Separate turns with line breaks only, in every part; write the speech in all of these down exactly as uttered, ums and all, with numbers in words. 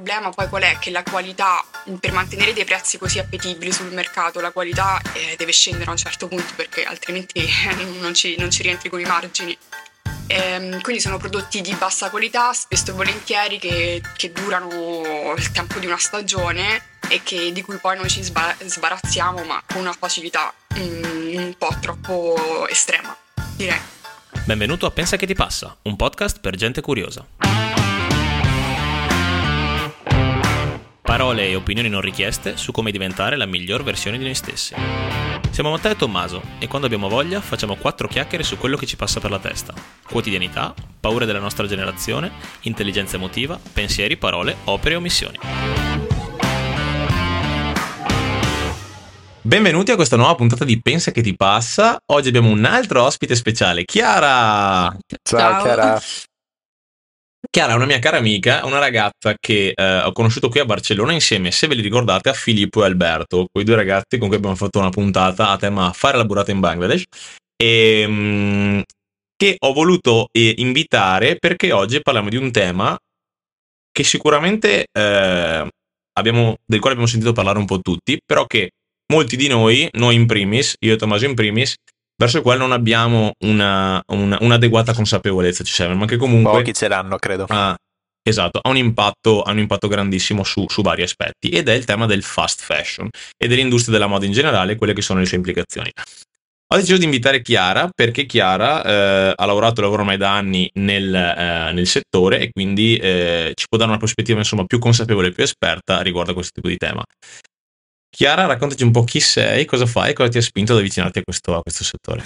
problema poi qual è? Che la qualità, per mantenere dei prezzi così appetibili sul mercato, la qualità eh, deve scendere a un certo punto, perché altrimenti non ci, non ci rientri con i margini. Ehm, quindi sono prodotti di bassa qualità, spesso e volentieri, che, che durano il tempo di una stagione e che, di cui poi noi ci sba- sbarazziamo, ma con una facilità mm, un po' troppo estrema, direi.
Benvenuto a Pensa che ti passa, un podcast per gente curiosa. Parole e opinioni non richieste su come diventare la miglior versione di noi stessi. Siamo Matteo e Tommaso e quando abbiamo voglia facciamo quattro chiacchiere su quello che ci passa per la testa. Quotidianità, paure della nostra generazione, intelligenza emotiva, pensieri, parole, opere e omissioni.
Benvenuti a questa nuova puntata di Pensa che ti passa. Oggi abbiamo un altro ospite speciale, Chiara.
Ciao,
Ciao.
Chiara.
Chiara è una mia cara amica, una ragazza che eh, ho conosciuto qui a Barcellona insieme, se ve li ricordate, a Filippo e Alberto, quei due ragazzi con cui abbiamo fatto una puntata a tema fare la burrata in Bangladesh, e mh, che ho voluto eh, invitare perché oggi parliamo di un tema che sicuramente eh, abbiamo, del quale abbiamo sentito parlare un po' tutti, però che molti di noi, noi in primis, io e Tommaso in primis, verso il quale non abbiamo una, una, un'adeguata consapevolezza, ci sembra, ma che comunque
Pochi ce l'hanno, credo.
ha, esatto, ha un impatto, ha un impatto grandissimo su, su vari aspetti, ed è il tema del fast fashion e dell'industria della moda in generale, quelle che sono le sue implicazioni. Ho deciso di invitare Chiara perché Chiara eh, ha lavorato e lavora ormai da anni nel, eh, nel settore e quindi eh, ci può dare una prospettiva insomma più consapevole e più esperta riguardo a questo tipo di tema. Chiara, raccontaci un po' chi sei, cosa fai e cosa ti ha spinto ad avvicinarti a questo, a questo settore.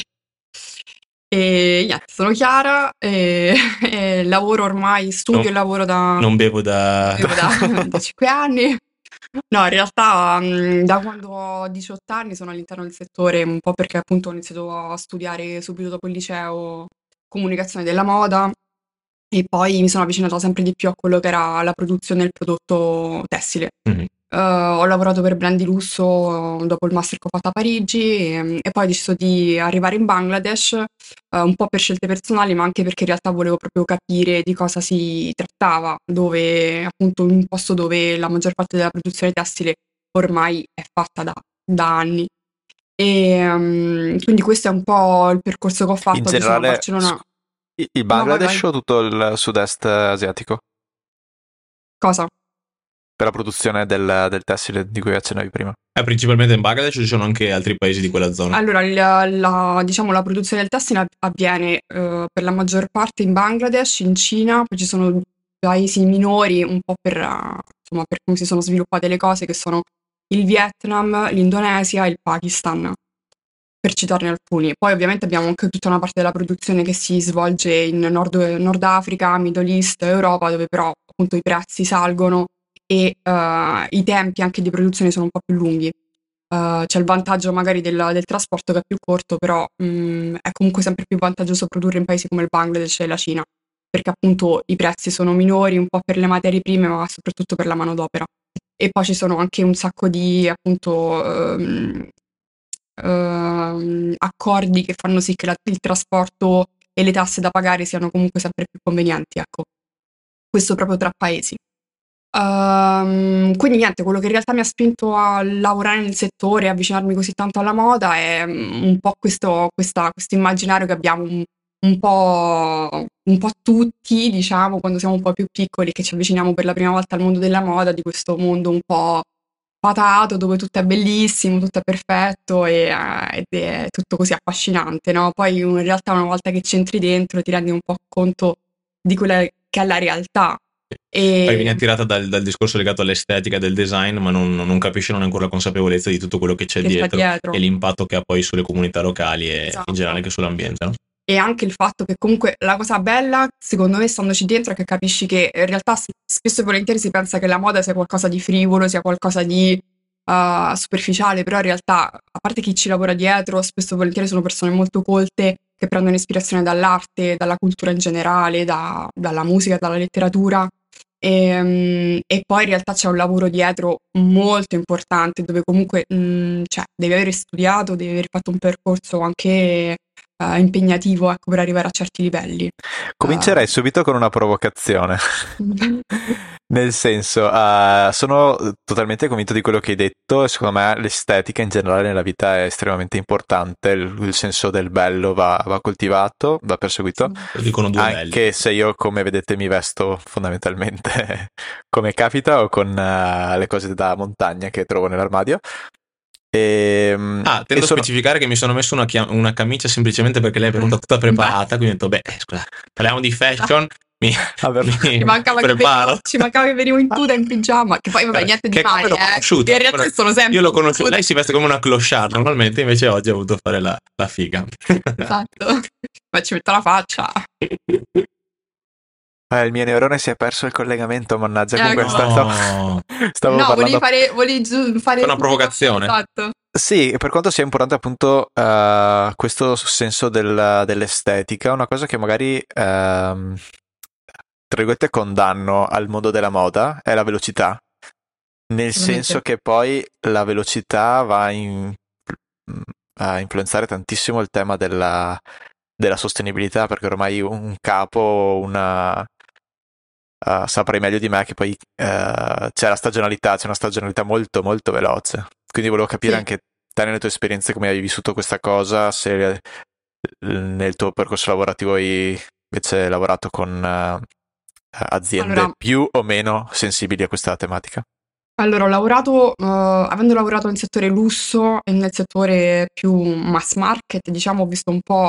E niente, sono Chiara e, e lavoro ormai, studio
Non-
e lavoro da,
Non bevo da...
bevo da, da cinque anni. No, in realtà mh, da quando ho diciotto anni sono all'interno del settore, un po' perché appunto ho iniziato a studiare subito dopo il liceo comunicazione della moda e poi mi sono avvicinata sempre di più a quello che era la produzione del prodotto tessile.
Mhm.
Eh, ho lavorato per brand di lusso eh, dopo il master che ho fatto a Parigi e, e poi ho deciso di arrivare in Bangladesh, eh, un po' per scelte personali, ma anche perché in realtà volevo proprio capire di cosa si trattava, dove appunto in un posto dove la maggior parte della produzione tessile ormai è fatta da, da anni. E um, quindi questo è un po' il percorso che ho fatto.
In
Oggi sono a
generale,
Barcellona.
sc- il il
No, vai,
Bangladesh
vai.
o tutto il sud-est asiatico?
Cosa?
Per la produzione del, del tessile di cui accennavi prima.
Eh, principalmente in Bangladesh, ci sono anche altri paesi di quella zona.
Allora, il- la, diciamo, la produzione del tessile av- avviene eh, per la maggior parte in Bangladesh, in Cina, poi ci sono paesi minori un po' per, eh, insomma, per come si sono sviluppate le cose, che sono il Vietnam, l'Indonesia e il Pakistan, per citarne alcuni. Poi ovviamente abbiamo anche tutta una parte della produzione che si svolge in Nord, Nord Africa, Middle East, Europa, dove però appunto i prezzi salgono e eh, i tempi anche di produzione sono un po' più lunghi. Eh, c'è il vantaggio magari del, del trasporto che è più corto, però mh, è comunque sempre più vantaggioso produrre in paesi come il Bangladesh e la Cina, perché appunto i prezzi sono minori un po' per le materie prime, ma soprattutto per la manodopera. E poi ci sono anche un sacco di appunto ehm, ehm, accordi che fanno sì che la- il trasporto e le tasse da pagare siano comunque sempre più convenienti, ecco. Questo proprio tra paesi. Ehm, quindi niente, quello che in realtà mi ha spinto a lavorare nel settore, e avvicinarmi così tanto alla moda è mm, un po' questo, questa, questo immaginario che abbiamo un, un po', un po' tutti, diciamo, quando siamo un po' più piccoli, che ci avviciniamo per la prima volta al mondo della moda, di questo mondo un po' patato, dove tutto è bellissimo, tutto è perfetto e, eh, ed è tutto così affascinante, no? Poi in realtà una volta che ci entri dentro ti rendi un po' conto di quella che è la realtà.
Poi vieni
E
attirata dal, dal discorso legato all'estetica del design, ma non, non capisci, non hai ancora la consapevolezza di tutto quello che c'è
che sta
dietro,
dietro.
e l'impatto che ha poi sulle comunità locali e
Esatto.
in generale anche sull'ambiente, no?
E anche il fatto che comunque la cosa bella, secondo me, standoci dentro, è che capisci che in realtà s- spesso e volentieri si pensa che la moda sia qualcosa di frivolo, sia qualcosa di uh, superficiale, però in realtà, a parte chi ci lavora dietro, spesso e volentieri sono persone molto colte che prendono ispirazione dall'arte, dalla cultura in generale, da- dalla musica, dalla letteratura. E, mm, e poi in realtà c'è un lavoro dietro molto importante dove comunque mm, cioè, devi aver studiato, devi aver fatto un percorso anche eh, impegnativo, ecco, per arrivare a certi livelli.
Comincerei subito con una provocazione.
Uh,
Nel senso, uh, sono totalmente convinto di quello che hai detto e secondo me l'estetica in generale nella vita è estremamente importante, il, il senso del bello va, va coltivato, va perseguito,
Lo dicono due belli.
anche se io, come vedete, mi vesto fondamentalmente come capita o con uh, le cose da montagna che trovo nell'armadio. E,
ah, tendo a sono... specificare che mi sono messo una, chia- una camicia semplicemente perché lei è venuta tutta preparata, quindi ho detto, beh, scusa, parliamo di fashion, mi,
mi ci, mancava che venivo, ci mancava che venivo in tuta in pigiama, che poi vabbè, niente di male, eh. In realtà sono sempre
io l'ho conosciuto, lei si veste come una clochard normalmente, invece oggi ha voluto fare la, la figa.
Esatto, ma ci metto la faccia.
Eh, il mio neurone si è perso il collegamento, mannaggia, comunque
no.
è stato... Stavo
no,
parlando...
volevi fare, volevi giu- fare
una provocazione.
Esatto.
Sì, per quanto sia importante appunto uh, questo senso del, dell'estetica, una cosa che magari, uh, tra virgolette, condanno al mondo della moda è la velocità, nel senso che poi la velocità va in, a influenzare tantissimo il tema della, della sostenibilità, perché ormai un capo, una... Uh, saprai meglio di me che poi uh, c'è la stagionalità, c'è una stagionalità molto molto veloce, quindi volevo capire sì. anche te nelle tue esperienze come hai vissuto questa cosa, se nel tuo percorso lavorativo hai invece lavorato con uh, aziende allora, più o meno sensibili a questa tematica.
Allora ho lavorato, uh, avendo lavorato nel settore lusso e nel settore più mass market, diciamo, ho visto un po'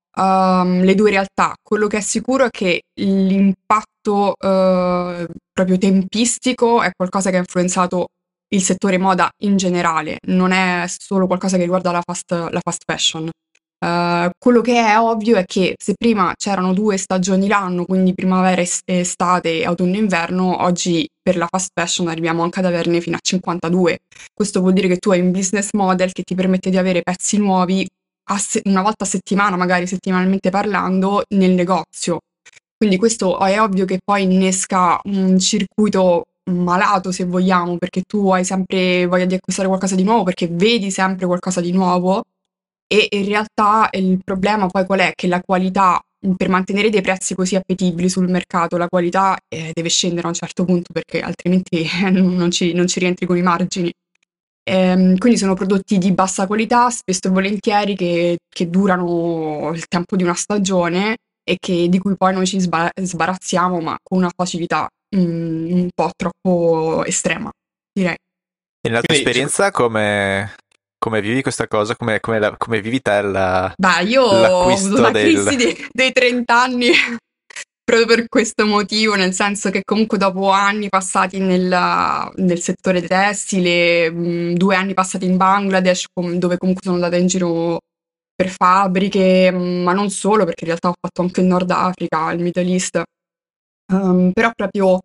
Um, le due realtà. Quello che è sicuro è che l'impatto uh, proprio tempistico è qualcosa che ha influenzato il settore moda in generale, non è solo qualcosa che riguarda la fast, la fast fashion. Uh, quello che è ovvio è che se prima c'erano due stagioni l'anno, quindi primavera, estate, autunno e inverno, oggi per la fast fashion arriviamo anche ad averne fino a cinquantadue. Questo vuol dire che tu hai un business model che ti permette di avere pezzi nuovi Se- una volta a settimana, magari settimanalmente parlando, nel negozio. Quindi questo è ovvio che poi innesca un circuito malato, se vogliamo, perché tu hai sempre voglia di acquistare qualcosa di nuovo, perché vedi sempre qualcosa di nuovo, e in realtà il problema poi qual è? Che la qualità, per mantenere dei prezzi così appetibili sul mercato, la qualità eh, deve scendere a un certo punto, perché altrimenti non ci, non ci rientri con i margini. Ehm, quindi sono prodotti di bassa qualità, spesso e volentieri che, che durano il tempo di una stagione e che, di cui poi noi ci sba- sbarazziamo, ma con una facilità mm, un po' troppo estrema, direi.
E nella tua esperienza come, come vivi questa cosa? Come, come, la, come vivi te la,
Beh, io ho avuto una del... crisi dei, dei trenta anni proprio per questo motivo, nel senso che comunque dopo anni passati nel, nel settore tessile, mh, due anni passati in Bangladesh, com- dove comunque sono andata in giro per fabbriche, mh, ma non solo, perché in realtà ho fatto anche il Nord Africa, il Middle East, um, però proprio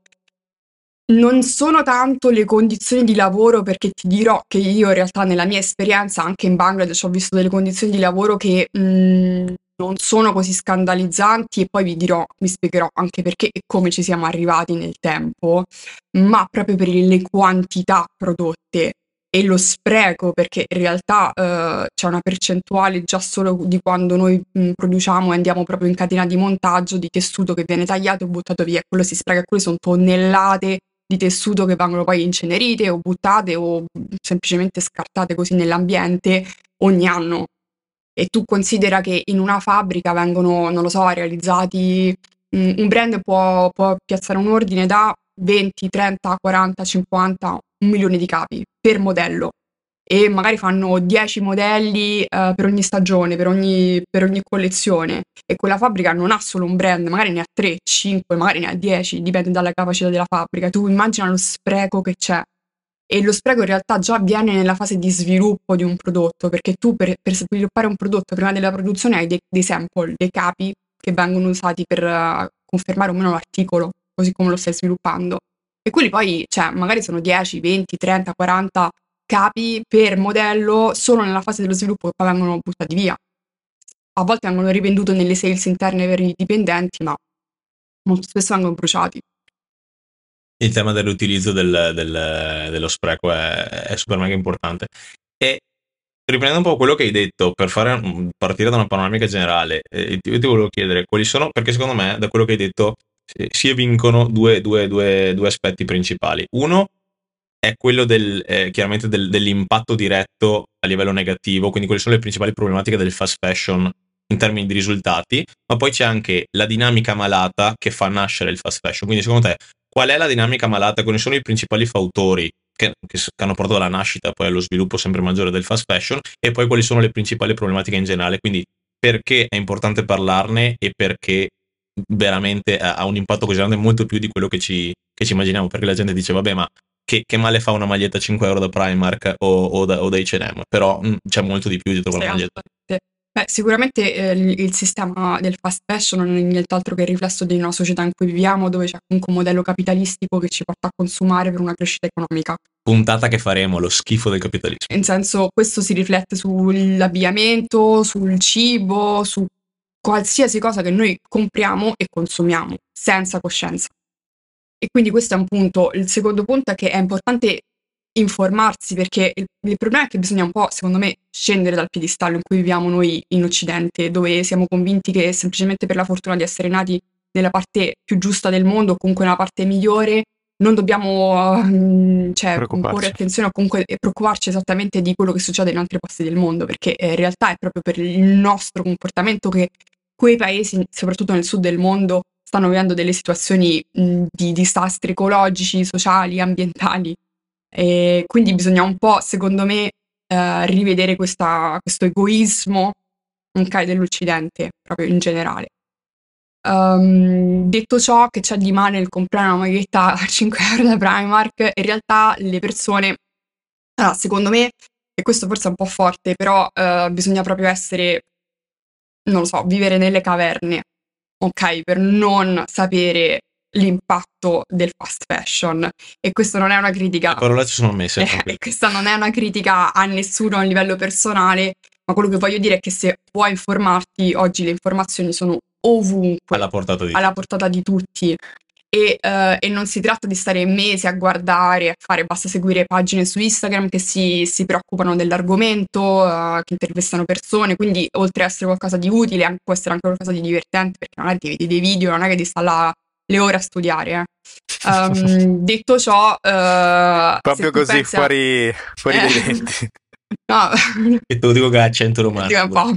non sono tanto le condizioni di lavoro, perché ti dirò che io in realtà nella mia esperienza anche in Bangladesh ho visto delle condizioni di lavoro che mh, non sono così scandalizzanti, e poi vi dirò, vi spiegherò anche perché e come ci siamo arrivati nel tempo, ma proprio per le quantità prodotte e lo spreco, perché in realtà eh, c'è una percentuale già solo di quando noi mh, produciamo e andiamo proprio in catena di montaggio di tessuto che viene tagliato e buttato via, quello si spreca, quelle sono tonnellate di tessuto che vengono poi incenerite o buttate o semplicemente scartate così nell'ambiente ogni anno. E tu considera che in una fabbrica vengono, non lo so, realizzati, mh, un brand può, può piazzare un ordine da venti, trenta, quaranta, cinquanta, un milione di capi per modello, e magari fanno dieci modelli uh, per ogni stagione, per ogni, per ogni collezione, e quella fabbrica non ha solo un brand, magari ne ha tre, cinque, magari ne ha dieci, dipende dalla capacità della fabbrica. Tu immagina lo spreco che c'è. E lo spreco in realtà già avviene nella fase di sviluppo di un prodotto, perché tu per, per sviluppare un prodotto prima della produzione hai dei, dei sample, dei capi che vengono usati per uh, confermare o meno l'articolo, così come lo stai sviluppando. E quelli poi, cioè, magari sono dieci, venti, trenta, quaranta capi per modello solo nella fase dello sviluppo, che poi vengono buttati via. A volte vengono rivenduti nelle sales interne per i dipendenti, ma molto spesso vengono bruciati.
Il tema dell'utilizzo del, del, dello spreco è, è super mega importante. E riprendendo un po' quello che hai detto, per fare partire da una panoramica generale, eh, io ti volevo chiedere quali sono, perché secondo me da quello che hai detto si, si evincono due, due, due, due aspetti principali. Uno è quello del, eh, chiaramente del, dell'impatto diretto a livello negativo, quindi quelle sono le principali problematiche del fast fashion in termini di risultati, ma poi c'è anche la dinamica malata che fa nascere il fast fashion. Quindi secondo te qual è la dinamica malata? Quali sono i principali fautori che, che, che hanno portato alla nascita poi allo sviluppo sempre maggiore del fast fashion, e poi quali sono le principali problematiche in generale? Quindi perché è importante parlarne e perché veramente ha un impatto così grande, molto più di quello che ci, che ci immaginiamo, perché la gente dice vabbè, ma che, che male fa una maglietta a cinque euro da Primark o, o da, o da H and M, però mh, c'è molto di più dietro quella
Sì,
maglietta.
Beh, sicuramente eh, il, il sistema del fast fashion non è nient'altro che il riflesso di una società in cui viviamo, dove c'è comunque un modello capitalistico che ci porta a consumare per una crescita economica.
Puntata che faremo, lo schifo del capitalismo.
In senso, questo si riflette sull'abbigliamento, sul cibo, su qualsiasi cosa che noi compriamo e consumiamo, senza coscienza. E quindi questo è un punto. Il secondo punto è che è importante informarsi, perché il, il problema è che bisogna un po', secondo me, scendere dal piedistallo in cui viviamo noi in Occidente, dove siamo convinti che semplicemente per la fortuna di essere nati nella parte più giusta del mondo, o comunque nella parte migliore, non dobbiamo uh, cioè, porre attenzione o comunque preoccuparci esattamente di quello che succede in altri posti del mondo, perché eh, in realtà è proprio per il nostro comportamento che quei paesi, soprattutto nel sud del mondo, stanno vivendo delle situazioni mh, di disastri ecologici, sociali, ambientali. E quindi bisogna un po', secondo me, eh, rivedere questa, questo egoismo okay, dell'Occidente, proprio in generale. Um, detto ciò, che c'è di male nel comprare una maglietta a cinque euro da Primark, in realtà le persone, allora, secondo me, e questo forse è un po' forte, però uh, bisogna proprio essere, non lo so, vivere nelle caverne, ok, per non sapere l'impatto del fast fashion. E questo non è una critica,
le parole ci sono messe,
eh, questa non è una critica a nessuno a livello personale, ma quello che voglio dire è che se vuoi informarti, oggi le informazioni sono ovunque,
alla portata di,
alla portata di tutti. E, uh, e non si tratta di stare mesi a guardare, a fare, basta seguire pagine su Instagram che si, si preoccupano dell'argomento, uh, che intervistano persone, quindi oltre a essere qualcosa di utile anche, può essere anche qualcosa di divertente, perché non è che ti vedi dei video, non è che ti sta là le ore a studiare. Eh. Um, detto ciò, uh,
proprio così pensi fuori, a... fuori eh, dai denti.
No,
e te lo dico che ha accento romano.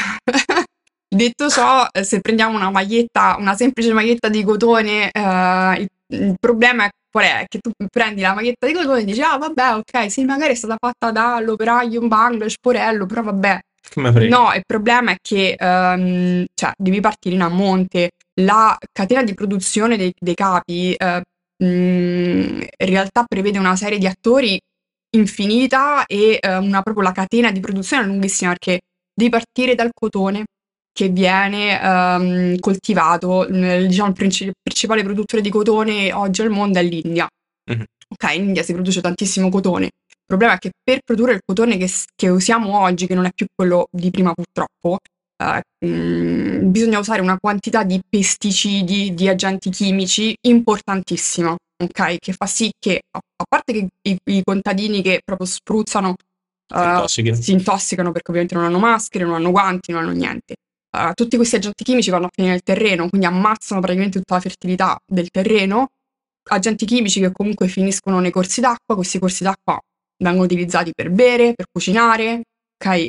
Detto ciò, se prendiamo una maglietta, una semplice maglietta di cotone, eh, il, il problema è qual è? Che tu prendi la maglietta di cotone e dici, ah vabbè, ok, sì, magari è stata fatta dall'operaio in Bangladesh, porello, però vabbè. No, il problema è che um, cioè, devi partire in a monte. La catena di produzione dei, dei capi eh, mh, in realtà prevede una serie di attori infinita e eh, una proprio la catena di produzione è lunghissima, perché devi partire dal cotone che viene um, coltivato, diciamo il princip- principale produttore di cotone oggi al mondo è l'India. Mm-hmm. Ok, in India si produce tantissimo cotone. Il problema è che per produrre il cotone che, che usiamo oggi, che non è più quello di prima purtroppo, uh, mh, bisogna usare una quantità di pesticidi, di agenti chimici importantissima, ok? Che fa sì che, a, a parte che i, i contadini che proprio spruzzano uh, si intossicano perché ovviamente non hanno maschere, non hanno guanti, non hanno niente. Uh, tutti questi agenti chimici vanno a finire nel terreno, quindi ammazzano praticamente tutta la fertilità del terreno. Agenti chimici che comunque finiscono nei corsi d'acqua, questi corsi d'acqua vengono utilizzati per bere, per cucinare, ok?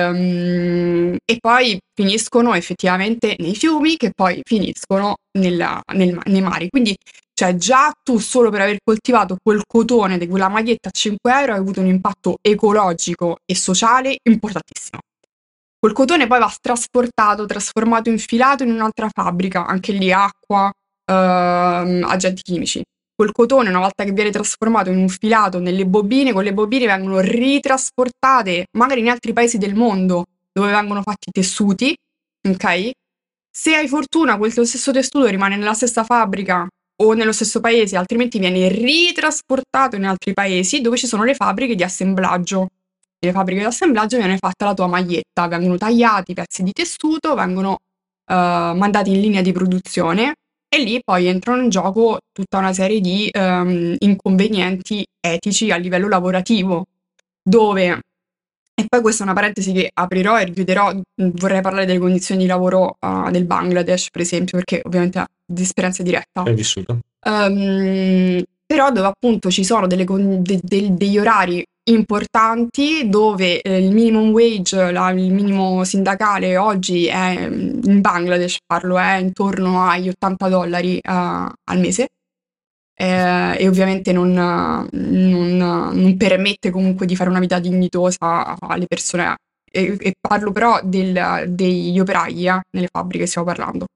Ehm, e poi finiscono effettivamente nei fiumi, che poi finiscono nella, nel, nei mari. Quindi, cioè, già tu solo per aver coltivato quel cotone di quella maglietta a cinque euro hai avuto un impatto ecologico e sociale importantissimo. Quel cotone poi va trasportato, trasformato, infilato in un'altra fabbrica, anche lì acqua, ehm, agenti chimici. Quel cotone, una volta che viene trasformato in un filato nelle bobine, quelle bobine vengono ritrasportate magari in altri paesi del mondo dove vengono fatti i tessuti, ok? Se hai fortuna quel tuo stesso tessuto rimane nella stessa fabbrica o nello stesso paese, altrimenti viene ritrasportato in altri paesi dove ci sono le fabbriche di assemblaggio. Nelle fabbriche di assemblaggio viene fatta la tua maglietta, vengono tagliati i pezzi di tessuto, vengono uh, mandati in linea di produzione e lì poi entrano in gioco tutta una serie di um, inconvenienti etici a livello lavorativo, dove E poi questa è una parentesi che aprirò e richiuderò, vorrei parlare delle condizioni di lavoro uh, del Bangladesh, per esempio, perché ovviamente è di esperienza diretta.
Hai vissuto?
Um, però dove appunto ci sono delle, de, de, degli orari importanti, dove eh, il minimum wage, la, il minimo sindacale oggi è, in Bangladesh parlo, è intorno agli ottanta dollari uh, al mese. Eh, e ovviamente non, non, non permette comunque di fare una vita dignitosa alle persone, e, e parlo però del, degli operai eh, nelle fabbriche stiamo parlando.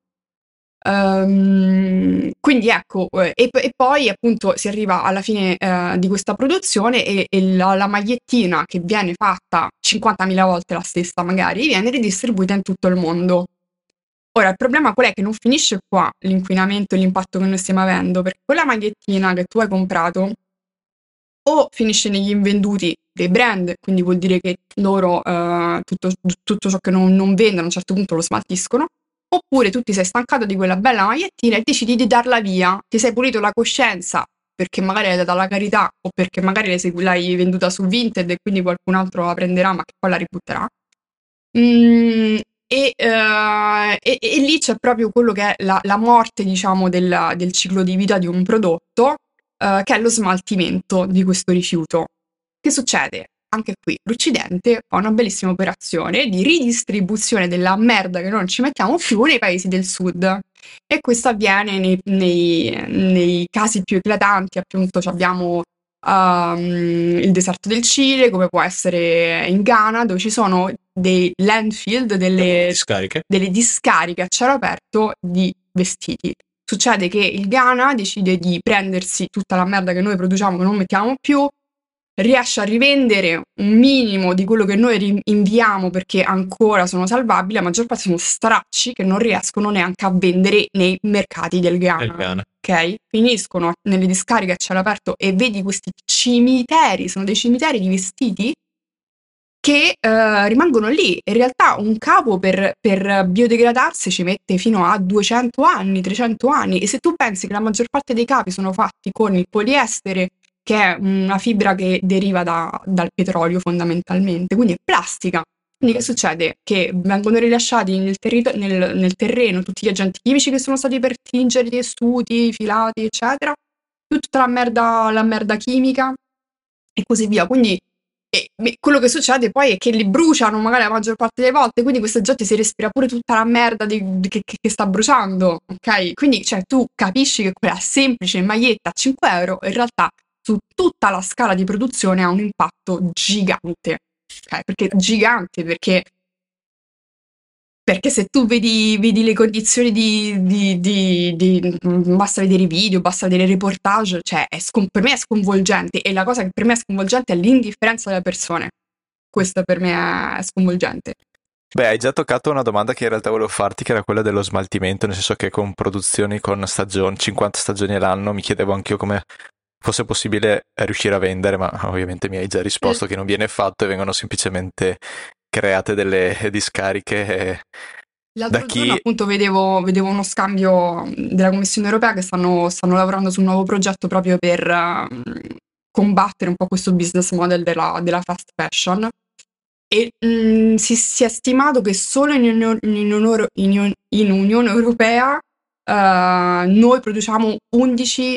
Um, quindi ecco, e, e poi appunto si arriva alla fine eh, di questa produzione e, e la, la magliettina, che viene fatta cinquantamila volte la stessa magari, viene ridistribuita in tutto il mondo. Ora, il problema qual è? Che non finisce qua l'inquinamento e l'impatto che noi stiamo avendo, perché quella magliettina che tu hai comprato o finisce negli invenduti dei brand, quindi vuol dire che loro eh, tutto, tutto ciò che non, non vendono a un certo punto lo smaltiscono, oppure tu ti sei stancato di quella bella magliettina e decidi di darla via, ti sei pulito la coscienza perché magari l'hai data alla carità o perché magari l'hai venduta su Vinted e quindi qualcun altro la prenderà ma che poi la ributterà. Mm, E, uh, e, e lì c'è proprio quello che è la, la morte, diciamo, del, del ciclo di vita di un prodotto, uh, che è lo smaltimento di questo rifiuto. Che succede? Anche qui l'Occidente fa una bellissima operazione di ridistribuzione della merda che noi non ci mettiamo più nei paesi del sud. E questo avviene nei, nei, nei casi più eclatanti, appunto abbiamo um, il deserto del Cile, come può essere in Ghana, dove ci sono dei landfill, delle
discariche.
delle discariche a cielo aperto di vestiti. Succede che il Ghana decide di prendersi tutta la merda che noi produciamo, che non mettiamo più, riesce a rivendere un minimo di quello che noi inviamo perché ancora sono salvabili, la maggior parte sono stracci che non riescono neanche a vendere nei mercati del Ghana.
Il Ghana.
Ok? Finiscono nelle discariche a cielo aperto e vedi questi cimiteri, sono dei cimiteri di vestiti che eh, rimangono lì. In realtà un capo per, per biodegradarsi ci mette fino a duecento anni, trecento anni, e se tu pensi che la maggior parte dei capi sono fatti con il poliestere, che è una fibra che deriva da, dal petrolio fondamentalmente, quindi è plastica. Quindi che succede? Che vengono rilasciati nel, territo- nel, nel terreno tutti gli agenti chimici che sono stati per tingere i tessuti, filati, eccetera, tutta la merda, la merda chimica e così via. Quindi e quello che succede poi è che li bruciano magari la maggior parte delle volte, quindi questa gente si respira pure tutta la merda di, di, che, che sta bruciando, ok? Quindi cioè, tu capisci che quella semplice maglietta a cinque euro in realtà su tutta la scala di produzione ha un impatto gigante, ok? Perché gigante, perché perché se tu vedi, vedi le condizioni di, di, di, di basta vedere i video, basta vedere i reportage, cioè è scon- per me è sconvolgente, e la cosa che per me è sconvolgente è l'indifferenza delle persone. Questo per me è sconvolgente.
Beh, hai già toccato una domanda che in realtà volevo farti, che era quella dello smaltimento, nel senso che con produzioni con stagioni, cinquanta stagioni all'anno, mi chiedevo anch'io come fosse possibile riuscire a vendere, ma ovviamente mi hai già risposto che non viene fatto e vengono semplicemente create delle discariche. E
l'altro
da chi...
giorno appunto vedevo, vedevo uno scambio della Commissione Europea che stanno, stanno lavorando su un nuovo progetto proprio per um, combattere un po' questo business model della, della fast fashion, e mh, si, si è stimato che solo in, Unione, in, Unione, in, in Unione Europea uh, noi produciamo undici,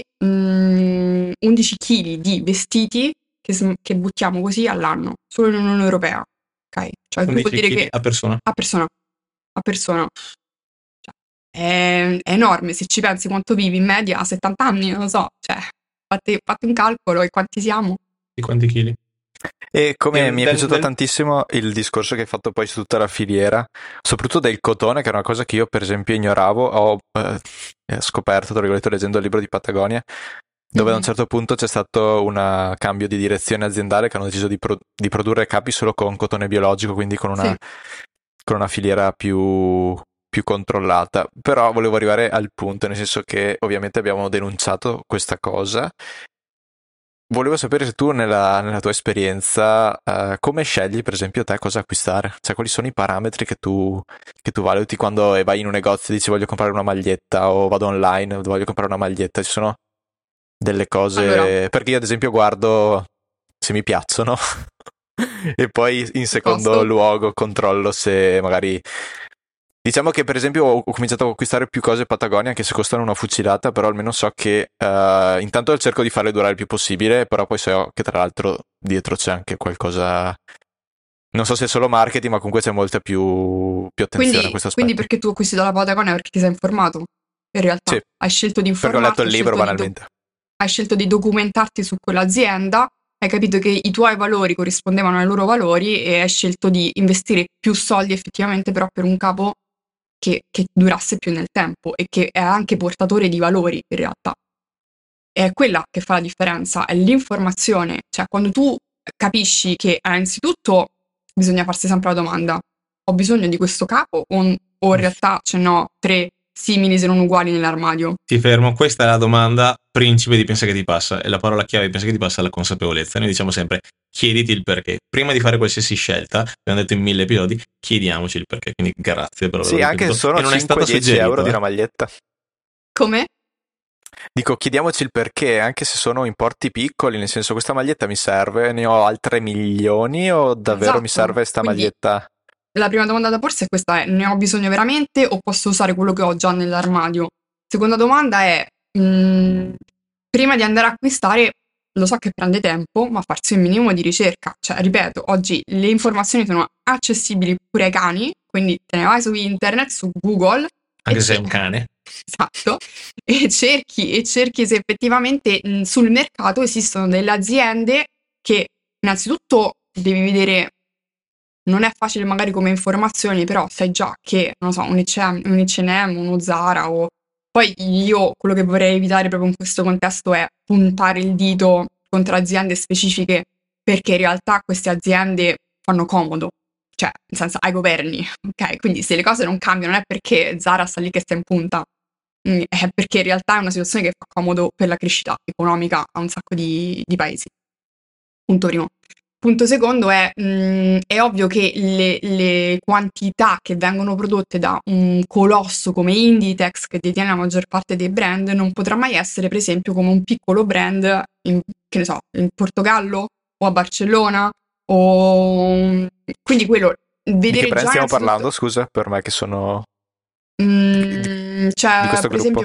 mh, undici chili di vestiti che, che buttiamo così all'anno, solo in Unione Europea. Ok, cioè vuol dire che
a persona
a persona a persona cioè, è, è enorme. Se ci pensi quanto vivi in media a settanta anni, non lo so, cioè fate, fate un calcolo e quanti siamo,
di quanti chili.
E come
e
mi è
del,
piaciuto
del...
tantissimo il discorso che hai fatto poi su tutta la filiera, soprattutto del cotone, che è una cosa che io per esempio ignoravo, ho eh, scoperto, tra virgolette, leggendo il libro di Patagonia, dove mm-hmm. ad un certo punto c'è stato un cambio di direzione aziendale, che hanno deciso di, pro- di produrre capi solo con cotone biologico, quindi con una, sì. con una filiera più, più controllata. Però volevo arrivare al punto, nel senso che ovviamente abbiamo denunciato questa cosa. Volevo sapere se tu nella, nella tua esperienza uh, come scegli per esempio te cosa acquistare, cioè quali sono i parametri che tu, che tu valuti quando vai in un negozio e dici voglio comprare una maglietta, o vado online voglio comprare una maglietta. Ci sono delle cose, allora, perché io ad esempio guardo se mi piacciono e poi in secondo
Costo.
luogo controllo se magari... Diciamo che per esempio ho ho cominciato a acquistare più cose Patagonia anche se costano una fucilata, però almeno so che eh, intanto cerco di farle durare il più possibile, però poi so che tra l'altro dietro c'è anche qualcosa, non so se è solo marketing, ma comunque c'è molta più, più attenzione
Quindi,
a questo
quindi
aspetto.
perché tu acquisti dalla Patagonia? Perché ti sei informato? In realtà
Sì,
hai scelto di
perché ho
informarti,
letto il
hai
libro
scelto di, do-
banalmente.
hai scelto di documentarti su quell'azienda, hai capito che i tuoi valori corrispondevano ai loro valori e hai scelto di investire più soldi effettivamente però per un capo che, che durasse più nel tempo e che è anche portatore di valori in realtà. È quella che fa la differenza, è l'informazione. Cioè, quando tu capisci che eh, innanzitutto bisogna farsi sempre la domanda: ho bisogno di questo capo o, o in realtà ce n'ho tre simili se non uguali nell'armadio?
Ti fermo, questa è la domanda principe di Pensa che ti passa, e la parola chiave di Pensa che ti passa è la consapevolezza. Noi diciamo sempre chiediti il perché. Prima di fare qualsiasi scelta, abbiamo detto in mille episodi, chiediamoci il perché. Quindi grazie per averlo
Sì, anche se
ripetuto.
sono
E non è stato
cinque dieci
suggerito,
euro di
eh.
una maglietta.
Come?
Dico, chiediamoci il perché, anche se sono importi piccoli, nel senso questa maglietta mi serve, ne ho altre milioni o davvero mi
Esatto.
serve sta
Quindi
maglietta?
la prima domanda da porsi è questa: è, ne ho bisogno veramente o posso usare quello che ho già nell'armadio? Seconda domanda è, mh, prima di andare a acquistare, lo so che prende tempo, ma farsi un minimo di ricerca. Cioè, ripeto, oggi le informazioni sono accessibili pure ai cani, quindi te ne vai su internet, su Google,
Anche
e
se sei
ce-
un cane.
Esatto, e cerchi, e cerchi se effettivamente mh, sul mercato esistono delle aziende che innanzitutto devi vedere, non è facile magari come informazioni, però sai già che, non so, un H and M, un H and M, uno Zara o... Poi io quello che vorrei evitare proprio in questo contesto è puntare il dito contro aziende specifiche, perché in realtà queste aziende fanno comodo, cioè nel senso ai governi, ok? Quindi se le cose non cambiano non è perché Zara sta lì che sta in punta, mm, è perché in realtà è una situazione che fa comodo per la crescita economica a un sacco di, di paesi. Punto primo. Punto secondo è, mh, è ovvio che le, le quantità che vengono prodotte da un colosso come Inditex, che detiene la maggior parte dei brand, non potrà mai essere, per esempio, come un piccolo brand, in, che ne so, in Portogallo o a Barcellona, o... Quindi quello,
Di che
vedere
brand
già
stiamo
innanzitutto...
parlando, scusa, per me che sono di,
Mm,
di
cioè,
questo
per
gruppo?
esempio...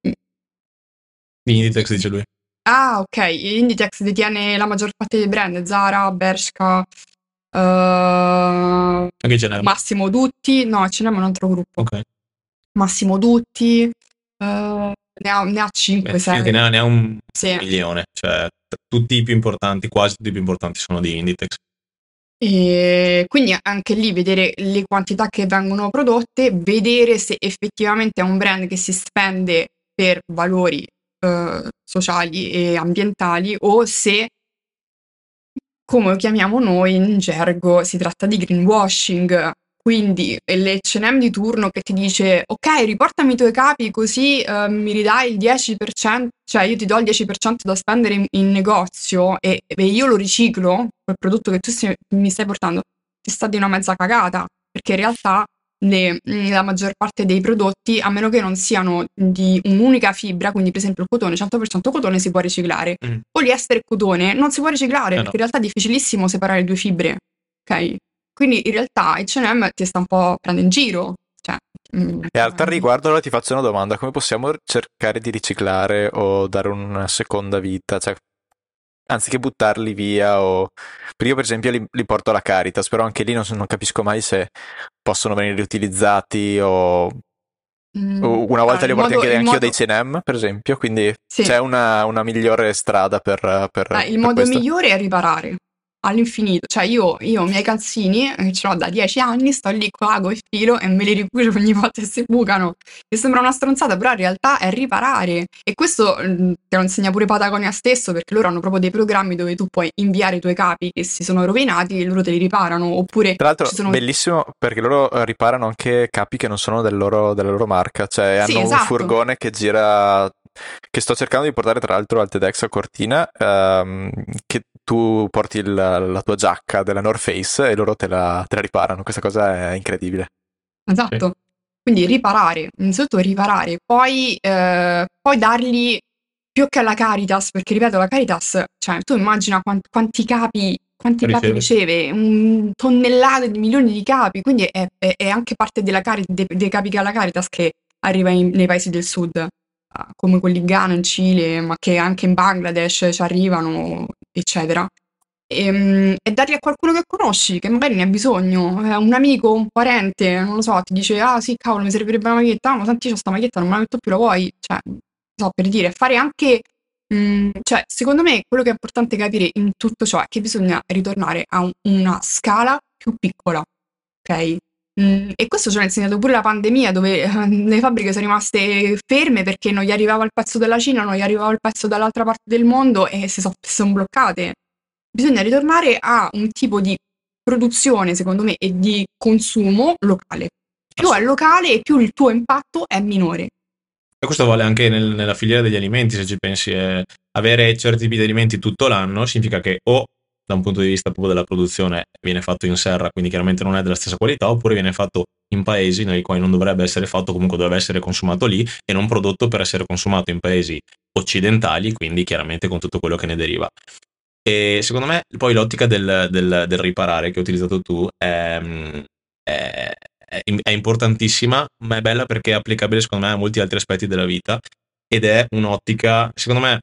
Di Inditex, dice lui.
Ah, ok, Inditex detiene la maggior parte dei brand, Zara, Bershka, eh,
Anche H&M.
Massimo Dutti, no, ce n'è un altro gruppo.
Ok.
Massimo Dutti, eh, ne ha, ne ha cinque,
Beh,
sei.
ne ha, ne ha un
Sì.
milione, cioè t- tutti i più importanti, quasi tutti i più importanti sono di Inditex.
E quindi anche lì vedere le quantità che vengono prodotte, vedere se effettivamente è un brand che si spende per valori eh, sociali e ambientali o se, come lo chiamiamo noi in gergo, si tratta di greenwashing. Quindi l'H and M di turno che ti dice ok, riportami i tuoi capi così eh, mi ridai il dieci per cento, cioè io ti do il dieci per cento da spendere in, in negozio e, e io lo riciclo, quel prodotto che tu si- mi stai portando, ti sta di una mezza cagata, perché in realtà le- la maggior parte dei prodotti, a meno che non siano di un'unica fibra, quindi per esempio il cotone, cento per cento cotone si può riciclare,
Mm.
poliestere e cotone non si può riciclare,
Eh no.
perché in realtà è difficilissimo separare due fibre, ok? Quindi in realtà H and M ti sta un po' prendendo in giro. Cioè, mm,
E a tal riguardo allora ti faccio una domanda, come possiamo cercare di riciclare o dare una seconda vita? Cioè, anziché buttarli via o... Perché io per esempio li, li porto alla Caritas, però anche lì non, non capisco mai se possono venire riutilizzati o...
mm,
o una volta
ah,
li
il
ho portati
modo-
anche
il
anch'io
modo-
dei C and M, per esempio, quindi
Sì.
c'è una, una migliore strada per, per,
Ah, il
per
modo
questo.
migliore è riparare all'infinito. Cioè io, io i miei calzini, che ce l'ho da dieci anni, sto lì con ago e filo e me li ricucio ogni volta che si bucano. E sembra una stronzata, però in realtà è riparare. E questo mm, te lo insegna pure Patagonia stesso, perché loro hanno proprio dei programmi dove tu puoi inviare i tuoi capi che si sono rovinati e loro te li riparano. Oppure
Tra l'altro,
ci sono...
bellissimo perché loro eh, riparano anche capi che non sono del loro- della loro marca, cioè
Sì,
hanno
esatto.
un furgone che gira, che sto cercando di portare tra l'altro al TEDx a Cortina, ehm, che tu porti il- la tua giacca della North Face e loro te la, te la riparano, questa cosa è incredibile.
Esatto. Quindi riparare, innanzitutto riparare, poi, eh, poi dargli più che alla Caritas, perché ripeto, la Caritas, cioè tu immagina quan- quanti capi quanti capi riceve? Un tonnellate di milioni di capi, quindi è, è, è anche parte della cari- de- dei capi che ha la Caritas che arriva in, nei paesi del sud, uh, come quelli in Ghana, in Cile, ma che anche in Bangladesh ci arrivano, eccetera. E, e darli a qualcuno che conosci, che magari ne ha bisogno, eh, un amico, un parente, non lo so, ti dice, ah sì, cavolo, mi servirebbe una maglietta, ah, ma senti, c'ho sta maglietta, non me la metto più, la vuoi? Cioè, non so, per dire, fare anche, mh, cioè, secondo me, quello che è importante capire in tutto ciò è che bisogna ritornare a un- una scala più piccola, ok? Mm, e questo ce l'ha insegnato pure la pandemia, dove eh, le fabbriche sono rimaste ferme perché non gli arrivava il pezzo della Cina, non gli arrivava il pezzo dall'altra parte del mondo e si sono son bloccate. Bisogna ritornare a un tipo di produzione, secondo me, e di consumo locale. Più è locale e più il tuo impatto è minore.
E questo vale anche nel- nella filiera degli alimenti, se ci pensi. eh, avere certi tipi di alimenti tutto l'anno significa che o da un punto di vista proprio della produzione viene fatto in serra, quindi chiaramente non è della stessa qualità, oppure viene fatto in paesi nei quali non dovrebbe essere fatto, comunque dovrebbe essere consumato lì e non prodotto per essere consumato in paesi occidentali, quindi chiaramente con tutto quello che ne deriva. E secondo me poi l'ottica del, del- del riparare che hai utilizzato tu è, è- è- è importantissima, ma è bella perché è applicabile secondo me a molti altri aspetti della vita ed è un'ottica, secondo me,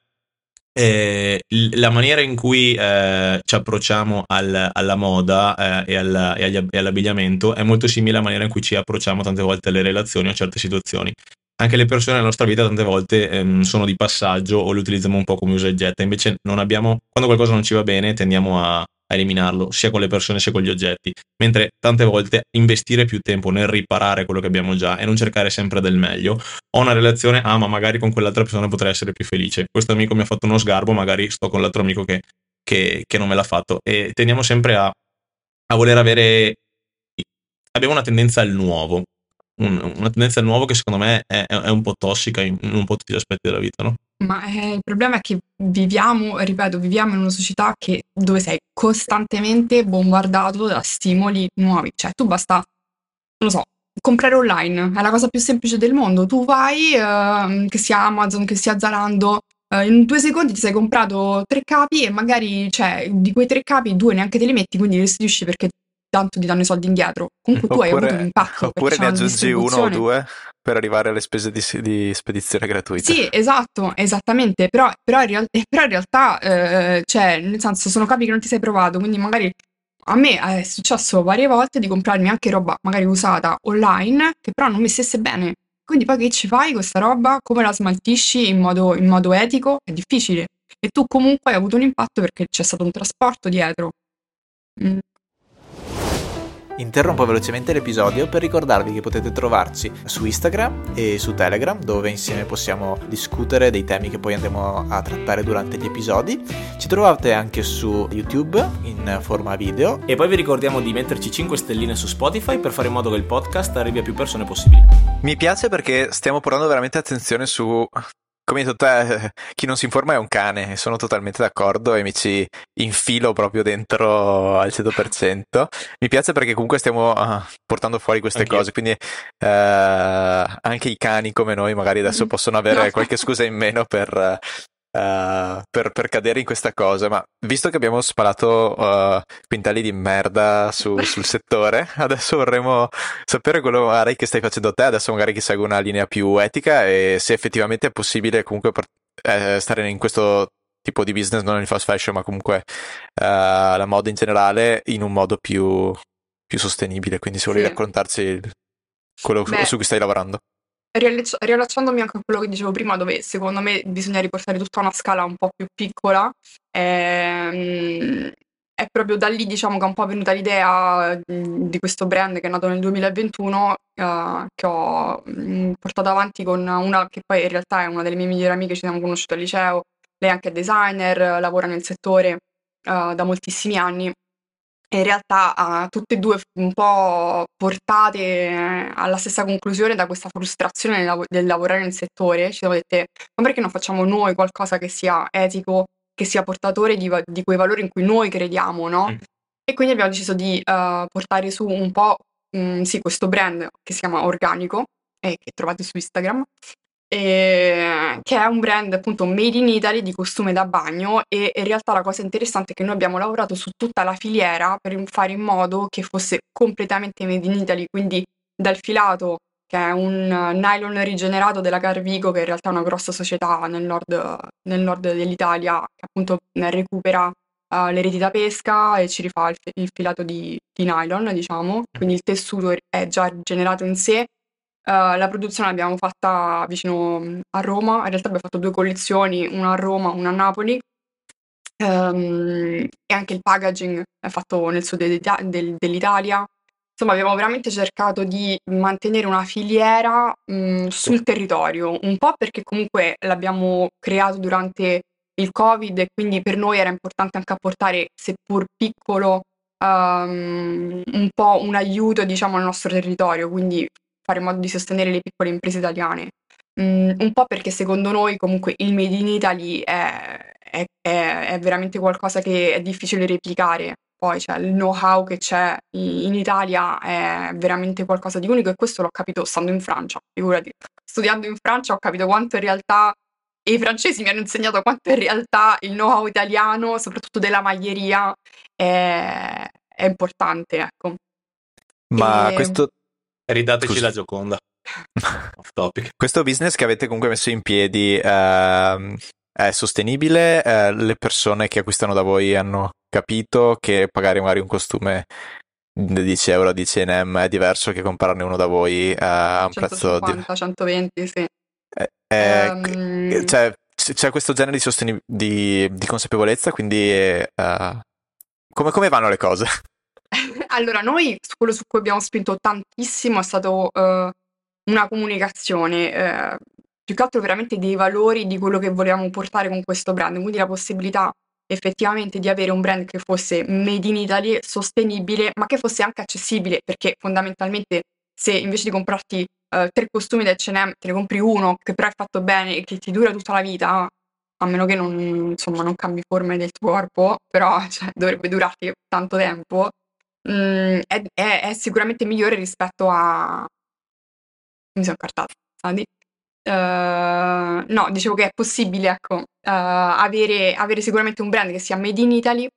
eh, l- la maniera in cui eh, ci approcciamo al- alla moda eh, e, al- e agli- e all'abbigliamento è molto simile alla maniera in cui ci approcciamo tante volte alle relazioni o a certe situazioni. Anche le persone nella nostra vita tante volte ehm, sono di passaggio o le utilizziamo un po' come usa e getta, invece non abbiamo, quando qualcosa non ci va bene tendiamo a, a eliminarlo, sia con le persone sia con gli oggetti, mentre tante volte investire più tempo nel riparare quello che abbiamo già e non cercare sempre del meglio. Ho una relazione, ah ma magari con quell'altra persona potrei essere più felice, questo amico mi ha fatto uno sgarbo, magari sto con l'altro amico che, che- che non me l'ha fatto, e tendiamo sempre a, a voler avere, abbiamo una tendenza al nuovo, un- una tendenza al nuovo che secondo me è, è un po' tossica in, in un po' tutti gli aspetti della vita, no?
Ma eh, il problema è che viviamo, ripeto, viviamo in una società che, dove sei costantemente bombardato da stimoli nuovi. Cioè, tu basta, non lo so, comprare online, è la cosa più semplice del mondo. Tu vai, ehm, che sia Amazon, che sia Zalando, eh, in due secondi ti sei comprato tre capi e magari, cioè, di quei tre capi due neanche te li metti, quindi li restituisci perché tanto ti danno i soldi indietro. Comunque tu hai avuto un
Oppure,
impatto perché
oppure
c'è
ne
una
aggiungi uno o
distribuzione.
due per arrivare alle spese di, di spedizione gratuita.
Sì, esatto, esattamente, però, però in, real- però in realtà, eh, cioè, nel senso, sono capi che non ti sei provato, quindi magari a me è successo varie volte di comprarmi anche roba magari usata online, che però non mi stesse bene. Quindi poi che ci fai con questa roba? Come la smaltisci in modo, in modo etico? È difficile. E tu comunque hai avuto un impatto perché c'è stato un trasporto dietro. Mm.
Interrompo velocemente l'episodio per ricordarvi che potete trovarci su Instagram e su Telegram, dove insieme possiamo discutere dei temi che poi andremo a trattare durante gli episodi. Ci trovate anche su YouTube in forma video.
E poi vi ricordiamo di metterci cinque stelline su Spotify per fare in modo che il podcast arrivi a più persone possibili.
Mi piace perché stiamo portando veramente attenzione su, come hai detto te, chi non si informa è un cane, e sono totalmente d'accordo e mi ci infilo proprio dentro al cento per cento. Mi piace perché comunque stiamo uh, portando fuori queste
Anch'io.
cose, quindi uh, anche i cani come noi magari adesso possono avere
No.
qualche scusa in meno per... Uh, per, per cadere in questa cosa, ma visto che abbiamo sparato uh, quintali di merda su, sul settore, adesso vorremmo sapere quello magari che stai facendo te, adesso magari che segui una linea più etica e se effettivamente è possibile comunque per, eh, stare in questo tipo di business, non il fast fashion ma comunque uh, la moda in generale, in un modo più, più sostenibile, quindi se vuoi
Sì.
raccontarci il- quello
Beh,
su cui stai lavorando.
Riallacci- riallacciandomi anche a quello che dicevo prima, dove secondo me bisogna riportare tutto a una scala un po' più piccola, ehm, è proprio da lì, diciamo, che è un po' venuta l'idea mh, di questo brand che è nato nel duemilaventuno, eh, che ho mh, portato avanti con una che poi in realtà è una delle mie migliori amiche, ci siamo conosciute al liceo, lei è anche designer, lavora nel settore eh, da moltissimi anni. E in realtà uh, tutte e due un po' portate eh, alla stessa conclusione da questa frustrazione nel, lav- del lavorare nel settore, ci siamo dette, ma perché non facciamo noi qualcosa che sia etico, che sia portatore di, va- di quei valori in cui noi crediamo, no?
Mm.
E quindi abbiamo deciso di uh, portare su un po', mm, sì, questo brand che si chiama Organico e che trovate su Instagram, e, che è un brand appunto made in Italy di costume da bagno, e in realtà la cosa interessante è che noi abbiamo lavorato su tutta la filiera per fare in modo che fosse completamente made in Italy, quindi dal filato, che è un nylon rigenerato della Carvigo, che in realtà è una grossa società nel nord, nel nord dell'Italia, che appunto ne recupera uh, le reti da pesca e ci rifà il, il filato di, di nylon, diciamo, quindi il tessuto è già generato in sé. Uh, la produzione l'abbiamo fatta vicino a Roma, in realtà abbiamo fatto due collezioni, una a Roma, una a Napoli, um, e anche il packaging è fatto nel sud dell'Ita- del- dell'Italia. Insomma, abbiamo veramente cercato di mantenere una filiera mh, sul territorio, un po' perché comunque l'abbiamo creato durante il Covid e quindi per noi era importante anche apportare, seppur piccolo, um, un po' un aiuto, diciamo, al nostro territorio, quindi fare in modo di sostenere le piccole imprese italiane. Mm, un po' perché secondo noi comunque il Made in Italy è, è- è- è veramente qualcosa che è difficile replicare. Poi cioè, il know-how che c'è in, in Italia è veramente qualcosa di unico, e questo l'ho capito stando in Francia. Figurati, studiando in Francia ho capito quanto in realtà, e i francesi mi hanno insegnato quanto in realtà il know-how italiano, soprattutto della maglieria, è, è importante, ecco.
Ma
E-
questo,
Ridateci
Scusi.
la Gioconda. Off topic.
questo business che avete comunque messo in piedi ehm, è sostenibile? Eh, le persone che acquistano da voi hanno capito che pagare magari un costume di dieci euro di C and M è diverso che comprarne uno da voi eh, a un prezzo di...
centocinquanta, centoventi, sì.
Eh, eh,
Ehm,
cioè, c- c'è questo genere di, sosteni- di, di consapevolezza, quindi eh, come, come vanno le cose?
Allora, noi su quello su cui abbiamo spinto tantissimo è stato eh, una comunicazione, eh, più che altro veramente dei valori di quello che volevamo portare con questo brand, quindi la possibilità effettivamente di avere un brand che fosse made in Italy, sostenibile, ma che fosse anche accessibile, perché fondamentalmente se invece di comprarti eh, tre costumi da acca e emme te ne compri uno che però è fatto bene e che ti dura tutta la vita, a meno che non, insomma, non cambi forme del tuo corpo, però cioè, dovrebbe durarti tanto tempo. Mm, è, è- è sicuramente migliore rispetto a... Mi sono incartata, Sadi. Eh, no, dicevo che è possibile, ecco, eh, avere, avere sicuramente un brand che sia made in Italy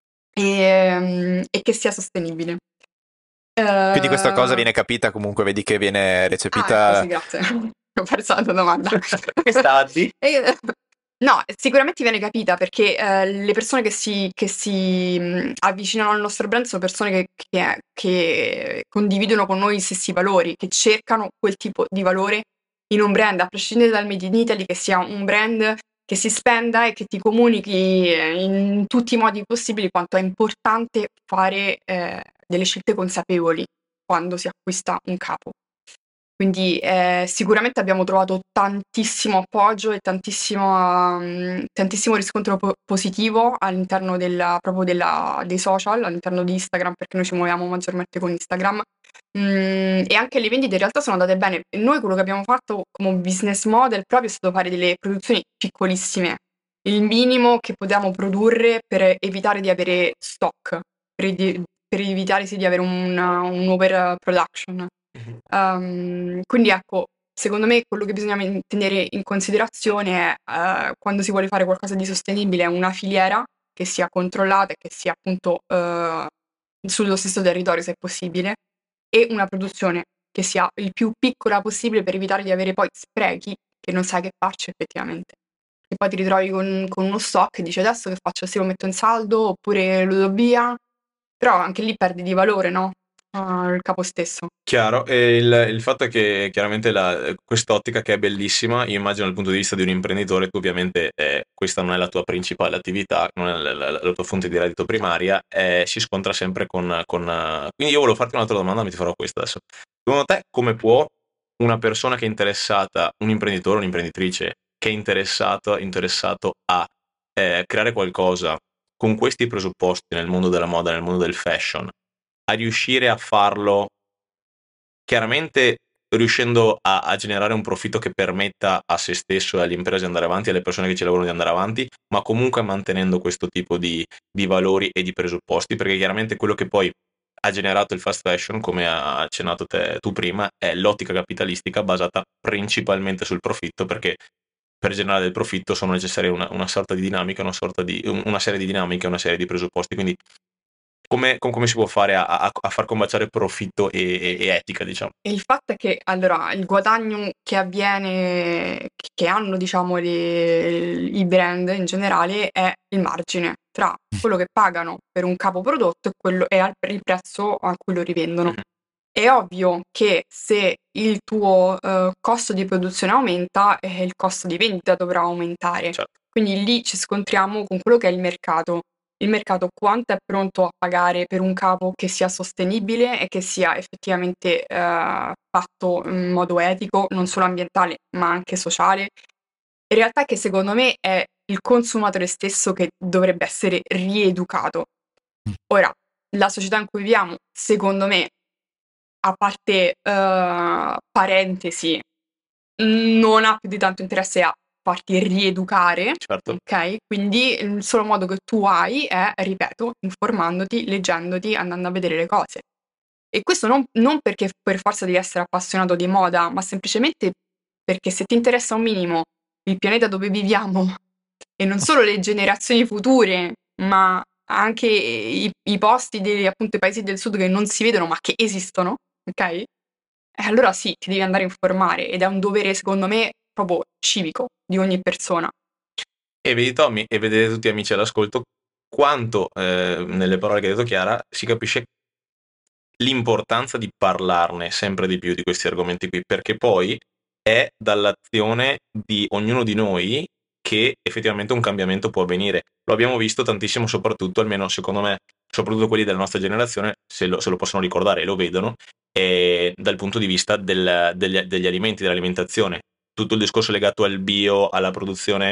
e, mm, e che sia sostenibile.
Quindi questa cosa
Eh,
viene capita comunque, vedi che viene
ah, ecco,
recepita.
sì, grazie. Ho perso la tua domanda.
Che stati?
E, no, sicuramente viene capita perché eh, le persone che si, che si mh, avvicinano al nostro brand sono persone che, che- che condividono con noi gli stessi valori, che cercano quel tipo di valore in un brand, a prescindere dal Made in Italy, che sia un brand che si spenda e che ti comunichi eh, in tutti i modi possibili quanto è importante fare eh, delle scelte consapevoli quando si acquista un capo. Quindi eh, sicuramente abbiamo trovato tantissimo appoggio e tantissimo, mm, tantissimo riscontro po- positivo all'interno della- proprio della- dei social, all'interno di Instagram, perché noi ci muoviamo maggiormente con Instagram. Mm, e anche le vendite in realtà sono andate bene. E noi quello che abbiamo fatto come business model proprio è stato fare delle produzioni piccolissime, il minimo che potevamo produrre per evitare di avere stock, per, evi- per evitare sì, di avere un, un over production. Um, quindi ecco, secondo me quello che bisogna men- tenere in considerazione è eh, quando si vuole fare qualcosa di sostenibile è una filiera che sia controllata e che sia appunto eh, sullo stesso territorio se possibile, e una produzione che sia il più piccola possibile per evitare di avere poi sprechi che non sai che farci effettivamente. E poi ti ritrovi con, con uno stock e dici adesso che faccio? Se lo metto in saldo oppure lo do via? Però anche lì perdi di valore, no? Ah, il capo stesso.
Chiaro, e il, il fatto è che chiaramente la, quest'ottica che è bellissima, io immagino dal punto di vista di un imprenditore, tu ovviamente eh, questa non è la tua principale attività, non è la, la- la tua fonte di reddito primaria, eh, si scontra sempre con, con, eh, quindi io volevo farti un'altra domanda, ma ti farò questa adesso. Secondo te come può una persona che è interessata, un imprenditore, un'imprenditrice che è interessato, interessato a eh, creare qualcosa con questi presupposti nel mondo della moda, nel mondo del fashion, a riuscire a farlo chiaramente riuscendo a, a generare un profitto che permetta a se stesso e alle imprese di andare avanti, alle persone che ci lavorano di andare avanti, ma comunque mantenendo questo tipo di, di valori e di presupposti, perché chiaramente quello che poi ha generato il fast fashion, come ha accennato te, tu prima, è l'ottica capitalistica basata principalmente sul profitto, perché per generare del profitto sono necessarie una, una sorta di dinamica, una, sorta di, una serie di dinamiche, una serie di presupposti. Quindi come, come si può fare a, a, a far combaciare profitto e, e, e etica, diciamo?
E il fatto è che, allora, il guadagno che avviene, che hanno, diciamo, le, i brand in generale è il margine tra quello che pagano per un capoprodotto e, quello, e al, il prezzo a cui lo rivendono.
Mhm.
È ovvio che se il tuo eh, costo di produzione aumenta, eh, il costo di vendita dovrà aumentare.
Certo.
Quindi lì ci scontriamo con quello che è il mercato. Il mercato quanto è pronto a pagare per un capo che sia sostenibile e che sia effettivamente eh, fatto in modo etico, non solo ambientale, ma anche sociale. In realtà che secondo me è il consumatore stesso che dovrebbe essere rieducato. Ora, la società in cui viviamo, secondo me, a parte uh, parentesi, non ha più di tanto interesse a farti rieducare,
Certo.
ok? Quindi il solo modo che tu hai è, ripeto, informandoti, leggendoti, andando a vedere le cose. E questo non, non perché per forza devi essere appassionato di moda, ma semplicemente perché se ti interessa un minimo il pianeta dove viviamo e non solo le generazioni future, ma anche i, i posti dei appunto i paesi del sud che non si vedono ma che esistono, ok? E allora sì, ti devi andare a informare ed è un dovere secondo me proprio civico di ogni persona.
E vedi Tommy, e vedete tutti amici all'ascolto, quanto eh, nelle parole che ha detto Chiara si capisce l'importanza di parlarne sempre di più di questi argomenti qui, perché poi è dall'azione di ognuno di noi che effettivamente un cambiamento può avvenire. Lo abbiamo visto tantissimo, soprattutto, almeno secondo me, soprattutto quelli della nostra generazione, se lo, se lo possono ricordare e lo vedono, e dal punto di vista del, degli, degli alimenti, dell'alimentazione. Tutto il discorso legato al bio, alla produzione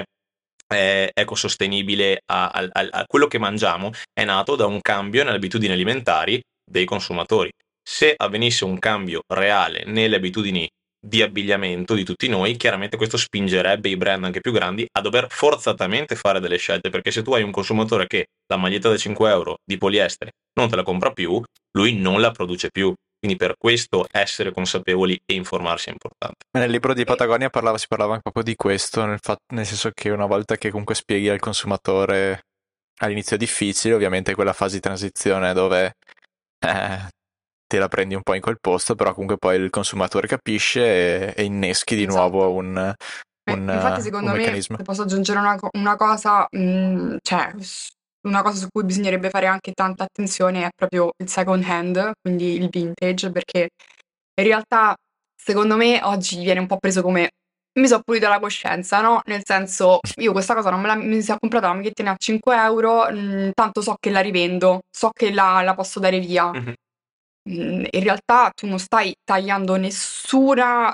eh, ecosostenibile, a, a, a quello che mangiamo, è nato da un cambio nelle abitudini alimentari dei consumatori. Se avvenisse un cambio reale nelle abitudini di abbigliamento di tutti noi, chiaramente questo spingerebbe i brand anche più grandi a dover forzatamente fare delle scelte, perché se tu hai un consumatore che la maglietta da cinque euro di poliestere non te la compra più, lui non la produce più. Quindi per questo essere consapevoli e informarsi è importante.
Nel libro di Patagonia parlava, si parlava proprio di questo, nel, fatto, nel senso che una volta che comunque spieghi al consumatore, all'inizio è difficile, ovviamente quella fase di transizione dove eh, te la prendi un po' in quel posto, però comunque poi il consumatore capisce e, e inneschi di
Esatto.
nuovo un, un,
eh, infatti secondo
un
me,
meccanismo.
se posso aggiungere una, una cosa, mh, cioè una cosa su cui bisognerebbe fare anche tanta attenzione è proprio il second hand, quindi il vintage, perché in realtà secondo me oggi viene un po' preso come mi sono pulita la coscienza, no? Nel senso, io questa cosa non me la mi si è comprata la magliettina a cinque euro, mh, tanto so che la rivendo, so che la, la posso dare via.
Mm-hmm.
In realtà tu non stai tagliando nessuna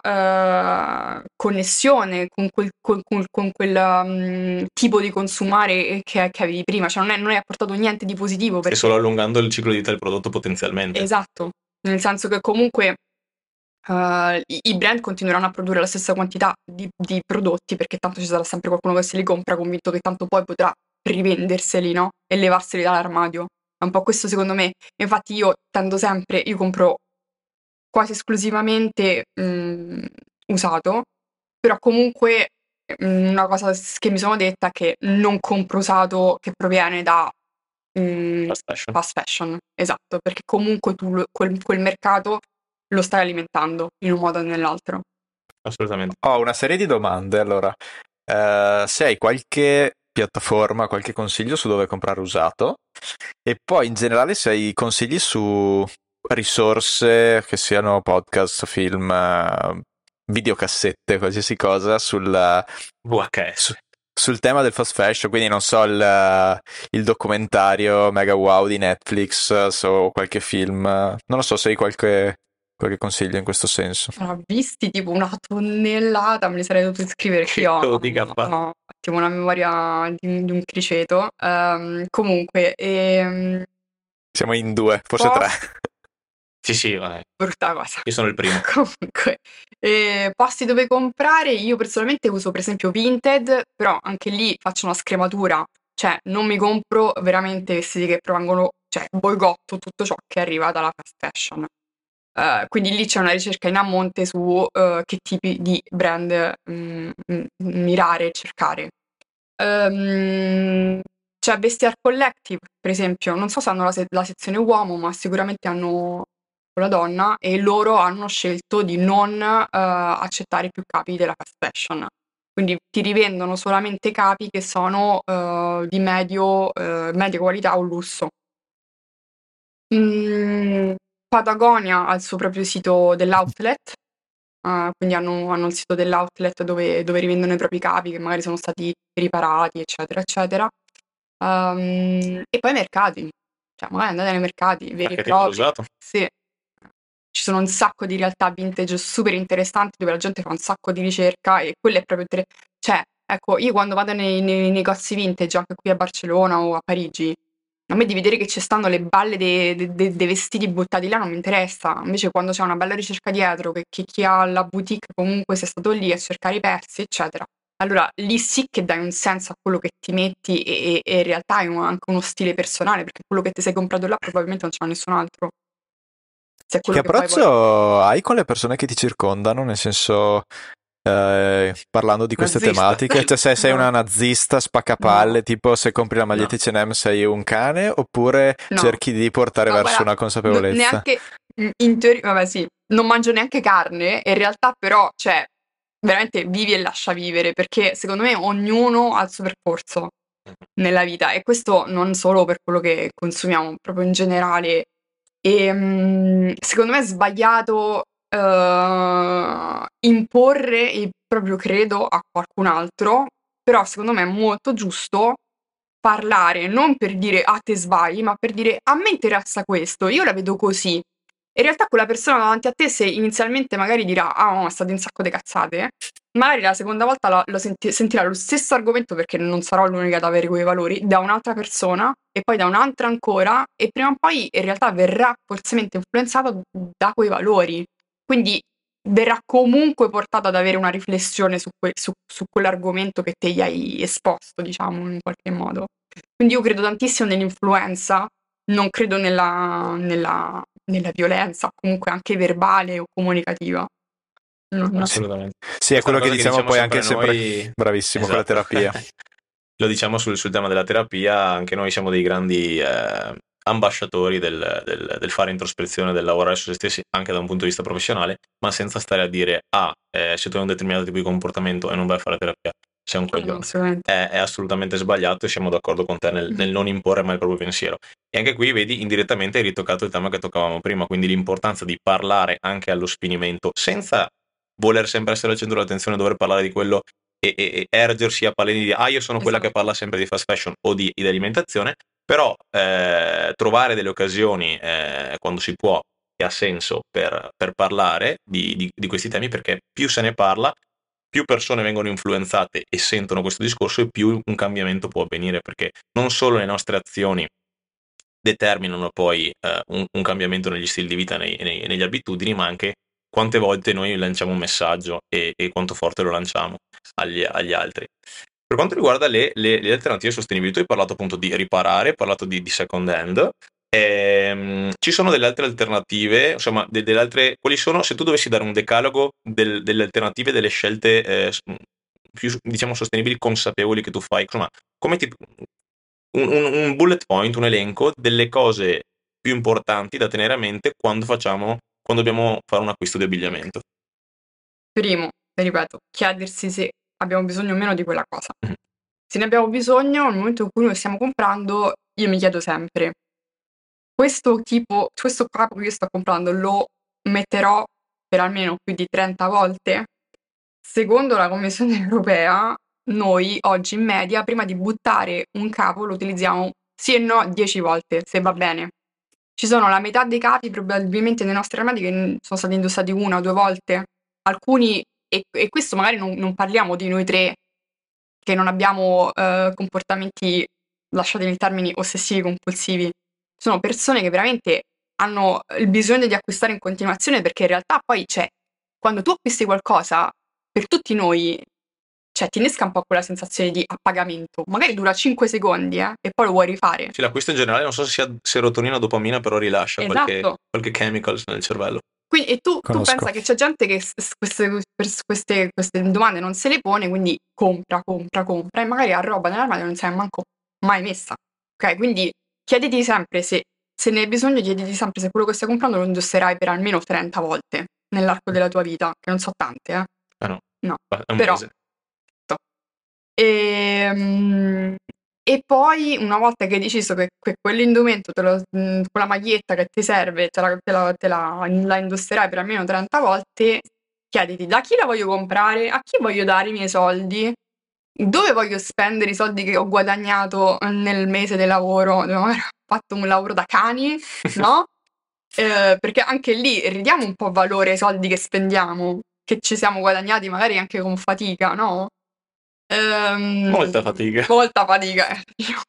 uh, connessione con quel, con, con, con quel um, tipo di consumare che, che avevi prima, cioè non, è, non hai apportato niente di positivo.
Stai
Perché...
solo allungando il ciclo di vita del prodotto potenzialmente.
Esatto, nel senso che comunque uh, i, i brand continueranno a produrre la stessa quantità di, di prodotti, perché tanto ci sarà sempre qualcuno che se li compra convinto che tanto poi potrà rivenderseli, no? E levarseli dall'armadio. È un po' questo secondo me. Infatti io tendo sempre, io compro quasi esclusivamente mh, usato, però comunque mh, una cosa che mi sono detta è che non compro usato che proviene da mh,
Fast fashion.
fast fashion, esatto, perché comunque tu lo- quel, quel mercato lo stai alimentando in un modo o nell'altro.
Assolutamente.
Ho una serie di domande, allora. Uh, se hai qualche piattaforma, qualche consiglio su dove comprare usato, e poi in generale se hai consigli su risorse che siano podcast, film, videocassette, qualsiasi cosa sul
V H S.
Su, sul tema del fast fashion, quindi non so il, il documentario Mega Wow di Netflix, so qualche film, non lo so se hai qualche qualche consiglio in questo senso.
Allora, visti tipo una tonnellata, me li sarei dovuto iscrivere, che io ho, ho tipo una memoria di, di un criceto. Um, comunque, ehm,
siamo in due, forse
post...
tre.
Sì, sì, vai.
Brutta cosa.
Io sono il primo.
Comunque, eh, posti dove comprare, io personalmente uso per esempio Vinted, però anche lì faccio una scrematura, cioè non mi compro veramente vestiti che provengono cioè boicotto tutto ciò che arriva dalla fast fashion. Uh, quindi lì c'è una ricerca in a monte su uh, che tipi di brand mm, mm, mirare e cercare. Um, c'è Vestiaire Collective, per esempio, non so se hanno la, se- la sezione uomo, ma sicuramente hanno la donna, e loro hanno scelto di non uh, accettare più capi della fast fashion. Quindi ti rivendono solamente capi che sono uh, di medio, uh, media qualità o lusso. Mm, Patagonia ha il suo proprio sito dell'outlet, uh, quindi hanno, hanno il sito dell'outlet dove, dove rivendono i propri capi che magari sono stati riparati, eccetera, eccetera. Um, e poi mercati, cioè magari andate nei mercati veri e
Mercati
propri.
usato.
Sì. Ci sono un sacco di realtà vintage super interessanti dove la gente fa un sacco di ricerca e quello è proprio inter- cioè, ecco, io quando vado nei, nei negozi vintage, anche qui a Barcellona o a Parigi, a me di vedere che ci stanno le balle dei de- de- dei vestiti buttati là non mi interessa. Invece quando c'è una bella ricerca dietro, che, che chi ha la boutique comunque sia stato lì a cercare i pezzi, eccetera, allora lì sì che dai un senso a quello che ti metti e, e- e in realtà hai un- anche uno stile personale, perché quello che ti sei comprato là probabilmente non ce l'ha nessun altro. Se è
Che
quello che poi vuoi.
approccio hai con le persone che ti circondano? Nel senso, eh, parlando di queste
Nazista.
tematiche, cioè se sei
No.
una nazista spaccapalle,
No.
tipo se compri la maglietta
No.
H and M sei un cane, oppure
No.
cerchi di portare
Ma
verso
guarda,
una consapevolezza?
no- neanche in teoria, vabbè sì, non mangio neanche carne, e in realtà però, cioè, veramente vivi e lascia vivere, perché secondo me ognuno ha il suo percorso nella vita, e questo non solo per quello che consumiamo, proprio in generale. E mm, secondo me è sbagliato eh, imporre il proprio credo a qualcun altro, però secondo me è molto giusto parlare, non per dire ah te sbagli, ma per dire a me interessa questo, io la vedo così. In realtà quella persona davanti a te, se inizialmente magari dirà ah no, state un sacco di cazzate, magari la seconda volta la- lo senti- sentirà lo stesso argomento, perché non sarò l'unica ad avere quei valori, da un'altra persona e poi da un'altra ancora, e prima o poi in realtà verrà fortemente influenzato da quei valori. Quindi verrà comunque portato ad avere una riflessione su, que- su- su quell'argomento che te gli hai esposto, diciamo, in qualche modo. Quindi io credo tantissimo nell'influenza, non credo nella, nella, nella violenza, comunque anche verbale o comunicativa. No, no.
Assolutamente.
Sì, è
Questa
quello
una
che
cosa
diciamo poi anche sempre,
noi-
bravissimo con la
Esatto.
terapia.
Lo diciamo sul, sul tema della terapia, anche noi siamo dei grandi eh, ambasciatori del, del- del fare introspezione, del lavorare su se stessi anche da un punto di vista professionale, ma senza stare a dire ah, eh, se tu hai un determinato tipo di comportamento e non vai a fare terapia, sei un coglione.
Assolutamente.
È, è assolutamente sbagliato e siamo d'accordo con te nel, nel non imporre mai il proprio pensiero. E anche qui vedi indirettamente hai ritoccato il tema che toccavamo prima, quindi l'importanza di parlare anche allo sfinimento, senza voler sempre essere al centro dell'attenzione, dover parlare di quello e, e, e ergersi a paleni di ah io sono quella
Esatto.
che parla sempre di fast fashion o di, di alimentazione, però eh, trovare delle occasioni eh, quando si può che ha senso per, per parlare di, di, di questi temi, perché più se ne parla, più persone vengono influenzate e sentono questo discorso e più un cambiamento può avvenire, perché non solo le nostre azioni determinano poi eh, un, un cambiamento negli stili di vita, nei, nei, negli abitudini, ma anche quante volte noi lanciamo un messaggio e, e quanto forte lo lanciamo agli, agli altri. Per quanto riguarda le, le, le alternative sostenibili, tu hai parlato appunto di riparare, hai parlato di, di second hand. Ehm, ci sono delle altre alternative, insomma, de, delle altre, quali sono, se tu dovessi dare un decalogo del, delle alternative, delle scelte eh, più, diciamo, sostenibili, consapevoli che tu fai, insomma, come ti, un, un, un bullet point, un elenco delle cose più importanti da tenere a mente quando facciamo, quando dobbiamo fare un acquisto di abbigliamento.
Primo, ti ripeto, chiedersi se abbiamo bisogno o meno di quella cosa.
Mhm.
Se ne abbiamo bisogno, nel momento in cui noi stiamo comprando, io mi chiedo sempre, questo tipo, questo capo che io sto comprando lo metterò per almeno più di trenta volte? Secondo la Commissione europea, noi oggi in media, prima di buttare un capo, lo utilizziamo sì e no dieci volte, se va bene. Ci sono la metà dei capi probabilmente nei nostri armadi che sono stati indossati una o due volte. Alcuni, e, e questo magari non, non parliamo di noi tre, che non abbiamo eh, comportamenti, lasciatemi il termine, ossessivi compulsivi. Sono persone che veramente hanno il bisogno di acquistare in continuazione, perché in realtà poi c'è, quando tu acquisti qualcosa, per tutti noi cioè ti innesca un po' quella sensazione di appagamento. Magari dura cinque secondi, eh, e poi lo vuoi rifare.
Sì, l'acquisto in generale non so se sia serotonina o dopamina, però rilascia
Esatto.
qualche, qualche chemicals nel cervello.
Quindi, e tu, tu
Conosco.
pensa che c'è gente che s- s- queste, per queste, queste domande non se le pone, quindi compra, compra, compra, e magari ha roba nell'armadio non si è manco mai messa. Ok? Quindi chiediti sempre se, se ne hai bisogno, chiediti sempre se quello che stai comprando lo indosserai per almeno trenta volte nell'arco della tua vita, che non so tante, eh.
Ah no,
No,
è un
però.
mese.
E, mm, e poi una volta che hai deciso che, che quell'indumento, te lo- mm, quella maglietta che ti serve, te la, te la- te la- la indosserai per almeno trenta volte, chiediti da chi la voglio comprare, a chi voglio dare i miei soldi, dove voglio spendere i soldi che ho guadagnato nel mese di lavoro, devo aver fatto un lavoro da cani, no? Eh, perché anche lì ridiamo un po' valore ai soldi che spendiamo, che ci siamo guadagnati magari anche con fatica, no? Ehm,
Molta fatica.
Molta fatica, eh.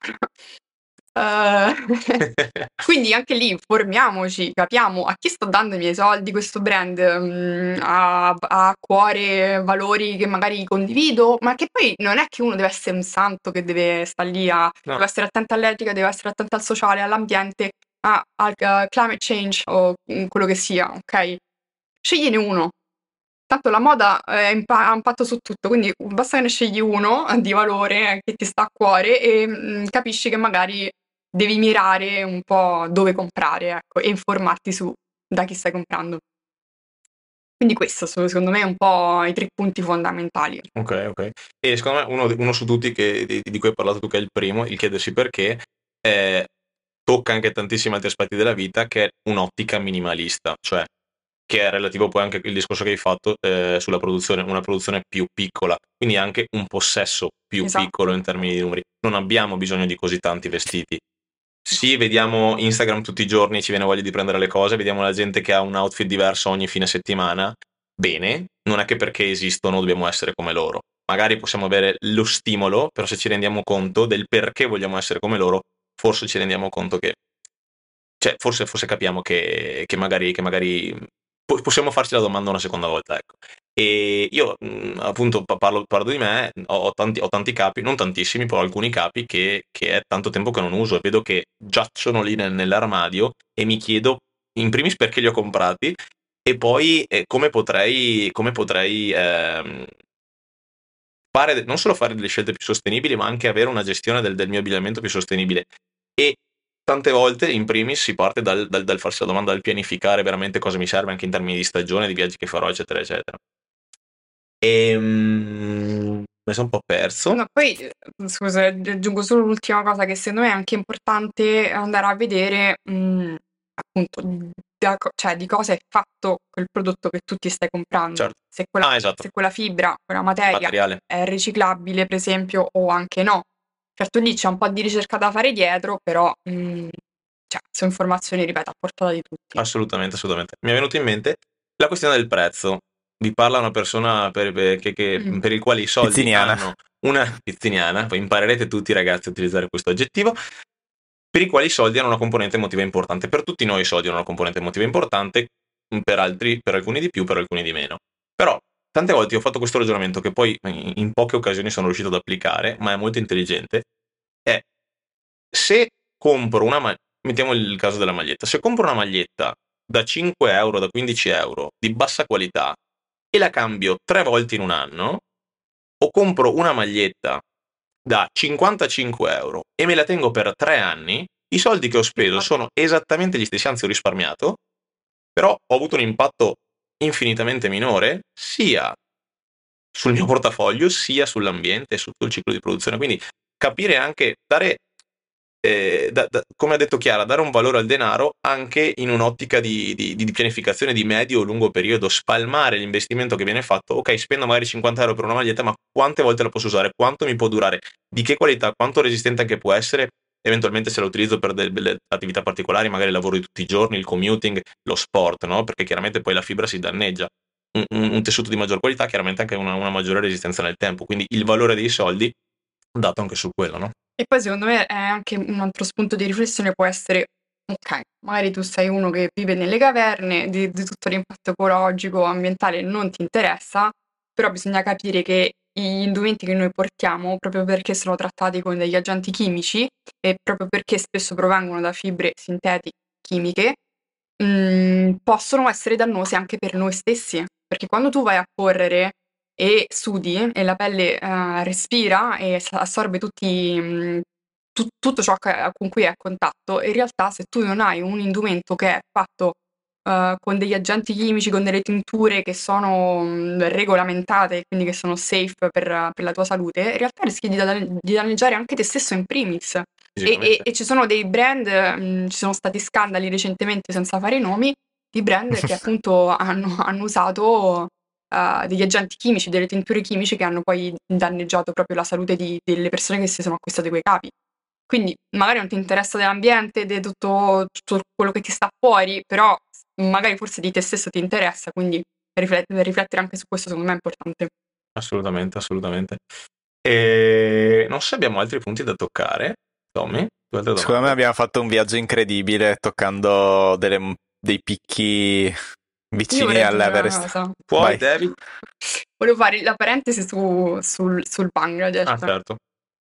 Eh, quindi anche lì informiamoci, capiamo a chi sto dando i miei soldi, questo brand mm, ha, ha a cuore valori che magari condivido, ma che poi non è che uno deve essere un santo che deve stare lì a,
No.
deve essere attento all'etica, deve essere attento al sociale, all'ambiente, a- al uh, climate change o mm, quello che sia, ok? Scegliene uno. Tanto la moda eh, impa- ha impatto su tutto, quindi basta che ne scegli uno di valore eh, che ti sta a cuore e mm, capisci che magari devi mirare un po' dove comprare, ecco, e informarti su da chi stai comprando. Quindi questo sono secondo me un po' i tre punti fondamentali.
Ok, ok. E secondo me uno, uno su tutti che, di, di cui hai parlato tu, che è il primo, il chiedersi perché, eh, tocca anche tantissimi altri aspetti della vita, che è un'ottica minimalista, cioè che è relativo poi anche il discorso che hai fatto eh, sulla produzione, una produzione più piccola, quindi anche un possesso più
Esatto.
piccolo in termini di numeri. Non abbiamo bisogno di così tanti vestiti. Sì, vediamo Instagram tutti i giorni, ci viene voglia di prendere le cose, vediamo la gente che ha un outfit diverso ogni fine settimana. Bene, non è che perché esistono dobbiamo essere come loro. Magari possiamo avere lo stimolo, però se ci rendiamo conto del perché vogliamo essere come loro, forse ci rendiamo conto che, cioè, forse, forse capiamo che, che magari, che magari po- possiamo farci la domanda una seconda volta, ecco. E io, mh, appunto, pa- parlo, parlo di me, ho, ho tanti, ho tanti capi, non tantissimi, però alcuni capi che, che è tanto tempo che non uso e vedo che giacciono lì nel- nell'armadio e mi chiedo, in primis, perché li ho comprati e poi eh, come potrei, come potrei ehm, fare, de- non solo fare delle scelte più sostenibili, ma anche avere una gestione del, del mio abbigliamento più sostenibile. E tante volte, in primis, si parte dal, dal- dal farsi la domanda, dal pianificare veramente cosa mi serve anche in termini di stagione, di viaggi che farò, eccetera, eccetera. E mi sono un po' perso.
No, poi, eh, scusa, aggiungo solo l'ultima cosa che secondo me è anche importante andare a vedere, mh, appunto, da co- cioè, di cosa è fatto quel prodotto che tu ti stai comprando.
Certo.
Se quella,
Ah, esatto.
se quella fibra, quella materia
Materiale.
è riciclabile, per esempio, o anche no. Certo, lì c'è un po' di ricerca da fare dietro, però mh, cioè, sono informazioni, ripeto, a portata di tutti.
Assolutamente, assolutamente. Mi è venuto in mente la questione del prezzo. Vi parla una persona per, per, che, che,
Mm.
per il quale i soldi
Pizziniana.
hanno una pizziniana, poi imparerete tutti ragazzi a utilizzare questo aggettivo, per i quali i soldi hanno una componente emotiva importante. Per tutti noi i soldi hanno una componente emotiva importante, per altri, per alcuni di più, per alcuni di meno. Però tante volte io ho fatto questo ragionamento che poi in, in poche occasioni sono riuscito ad applicare, ma è molto intelligente, è se compro una maglietta, mettiamo il caso della maglietta, se compro una maglietta da cinque euro, da quindici euro, di bassa qualità, e la cambio tre volte in un anno, o compro una maglietta da cinquantacinque euro e me la tengo per tre anni, i soldi che ho speso sono esattamente gli stessi, anzi ho risparmiato, però ho avuto un impatto infinitamente minore sia sul mio portafoglio sia sull'ambiente e su tutto il ciclo di produzione. Quindi capire anche, dare, eh, da, da, come ha detto Chiara, dare un valore al denaro anche in un'ottica di, di, di pianificazione di medio o lungo periodo, spalmare l'investimento che viene fatto. Ok, spendo magari cinquanta euro per una maglietta, ma quante volte la posso usare? Quanto mi può durare? Di che qualità? Quanto resistente anche può essere? Eventualmente se la utilizzo per delle, delle attività particolari, magari il lavoro di tutti i giorni, il commuting, lo sport, no? Perché chiaramente poi la fibra si danneggia. Un, un, un tessuto di maggior qualità, chiaramente anche una, una maggiore resistenza nel tempo. Quindi il valore dei soldi dato anche su quello, no?
E poi secondo me è anche un altro spunto di riflessione può essere, ok, magari tu sei uno che vive nelle caverne, di, di tutto l'impatto ecologico, ambientale non ti interessa, però bisogna capire che gli indumenti che noi portiamo, proprio perché sono trattati con degli agenti chimici e proprio perché spesso provengono da fibre sintetiche chimiche, mh, possono essere dannose anche per noi stessi, perché quando tu vai a correre e sudi e la pelle eh, respira e s- assorbe tutti, mh, tu- tutto ciò che- con cui è a contatto, in realtà se tu non hai un indumento che è fatto eh, con degli agenti chimici, con delle tinture che sono mh, regolamentate, quindi che sono safe per, per la tua salute, in realtà rischi di, dan- di danneggiare anche te stesso in primis. E, e-
Fisicamente.
e ci sono dei brand, mh, ci sono stati scandali recentemente, senza fare i nomi, di brand che appunto hanno, hanno usato eh, degli agenti chimici, delle tinture chimiche che hanno poi danneggiato proprio la salute di- delle persone che si sono acquistate quei capi. Quindi magari non ti interessa dell'ambiente, di tutto, tutto quello che ti sta fuori, però magari forse di te stesso ti interessa, quindi riflet- riflettere anche su questo secondo me è importante.
Assolutamente, assolutamente. E non so se abbiamo altri punti da toccare, Tommy. Tu altre
Secondo me
domande?
abbiamo fatto un viaggio incredibile toccando delle- dei picchi
Io
vicini
vorrei aggiungere una
all'Everest.
cosa.
Puoi,
Vai.
David?
Volevo fare la parentesi su- sul, sul Bangladesh.
Ah, certo.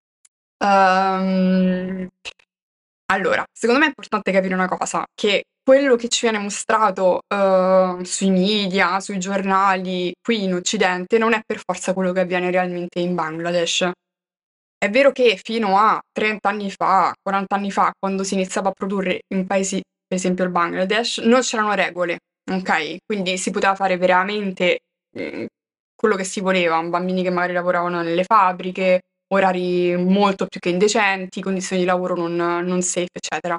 Ehm, allora, secondo me è importante capire una cosa, che quello che ci viene mostrato eh, sui media, sui giornali, qui in Occidente, non è per forza quello che avviene realmente in Bangladesh. È vero che fino a trenta anni fa, quaranta anni fa, quando si iniziava a produrre in paesi, per esempio il Bangladesh, non c'erano regole, ok? Quindi si poteva fare veramente mm, quello che si voleva, bambini che magari lavoravano nelle fabbriche, orari molto più che indecenti, condizioni di lavoro non, non safe, eccetera.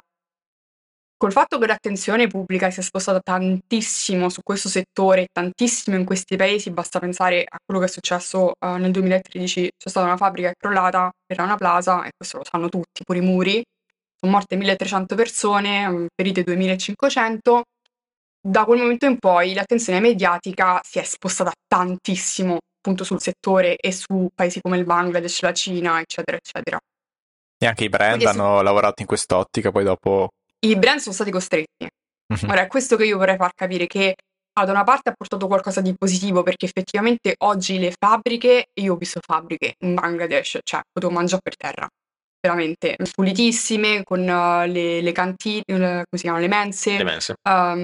Col fatto che l'attenzione pubblica si è spostata tantissimo su questo settore, tantissimo in questi paesi, basta pensare a quello che è successo eh, nel duemilatredici, c'è stata una fabbrica che è crollata, era una plaza, e questo lo sanno tutti, pure i muri, sono morte milletrecento persone, mm, ferite duemilacinquecento. Da quel momento in poi l'attenzione mediatica si è spostata tantissimo appunto sul settore e su paesi come il Bangladesh, la Cina, eccetera, eccetera.
E anche i brand
Quindi è su-
hanno lavorato in quest'ottica, poi dopo...
i brand sono stati costretti.
Mhm.
Ora, è questo che io vorrei far capire, che ah, da una parte ha portato qualcosa di positivo, perché effettivamente oggi le fabbriche, io ho visto fabbriche in Bangladesh, cioè potevo mangiare per terra, veramente pulitissime, con uh, le, le cantine, uh, come si chiamano, le mense,
Le mense.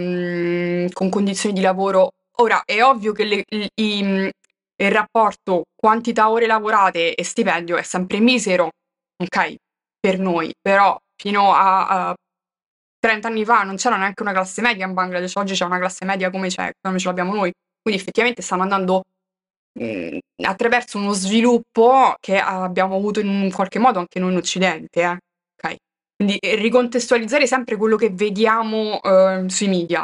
um, con condizioni di lavoro. Ora, è ovvio che le- il, i- il rapporto quantità ore lavorate e stipendio è sempre misero, ok, per noi, però fino a, a trenta anni fa non c'era neanche una classe media in Bangladesh, oggi c'è una classe media come, c'è, come ce l'abbiamo noi, quindi effettivamente stiamo andando mh, attraverso uno sviluppo che abbiamo avuto in un qualche modo anche noi in Occidente, eh? Ok? Quindi eh, ricontestualizzare sempre quello che vediamo eh, sui media.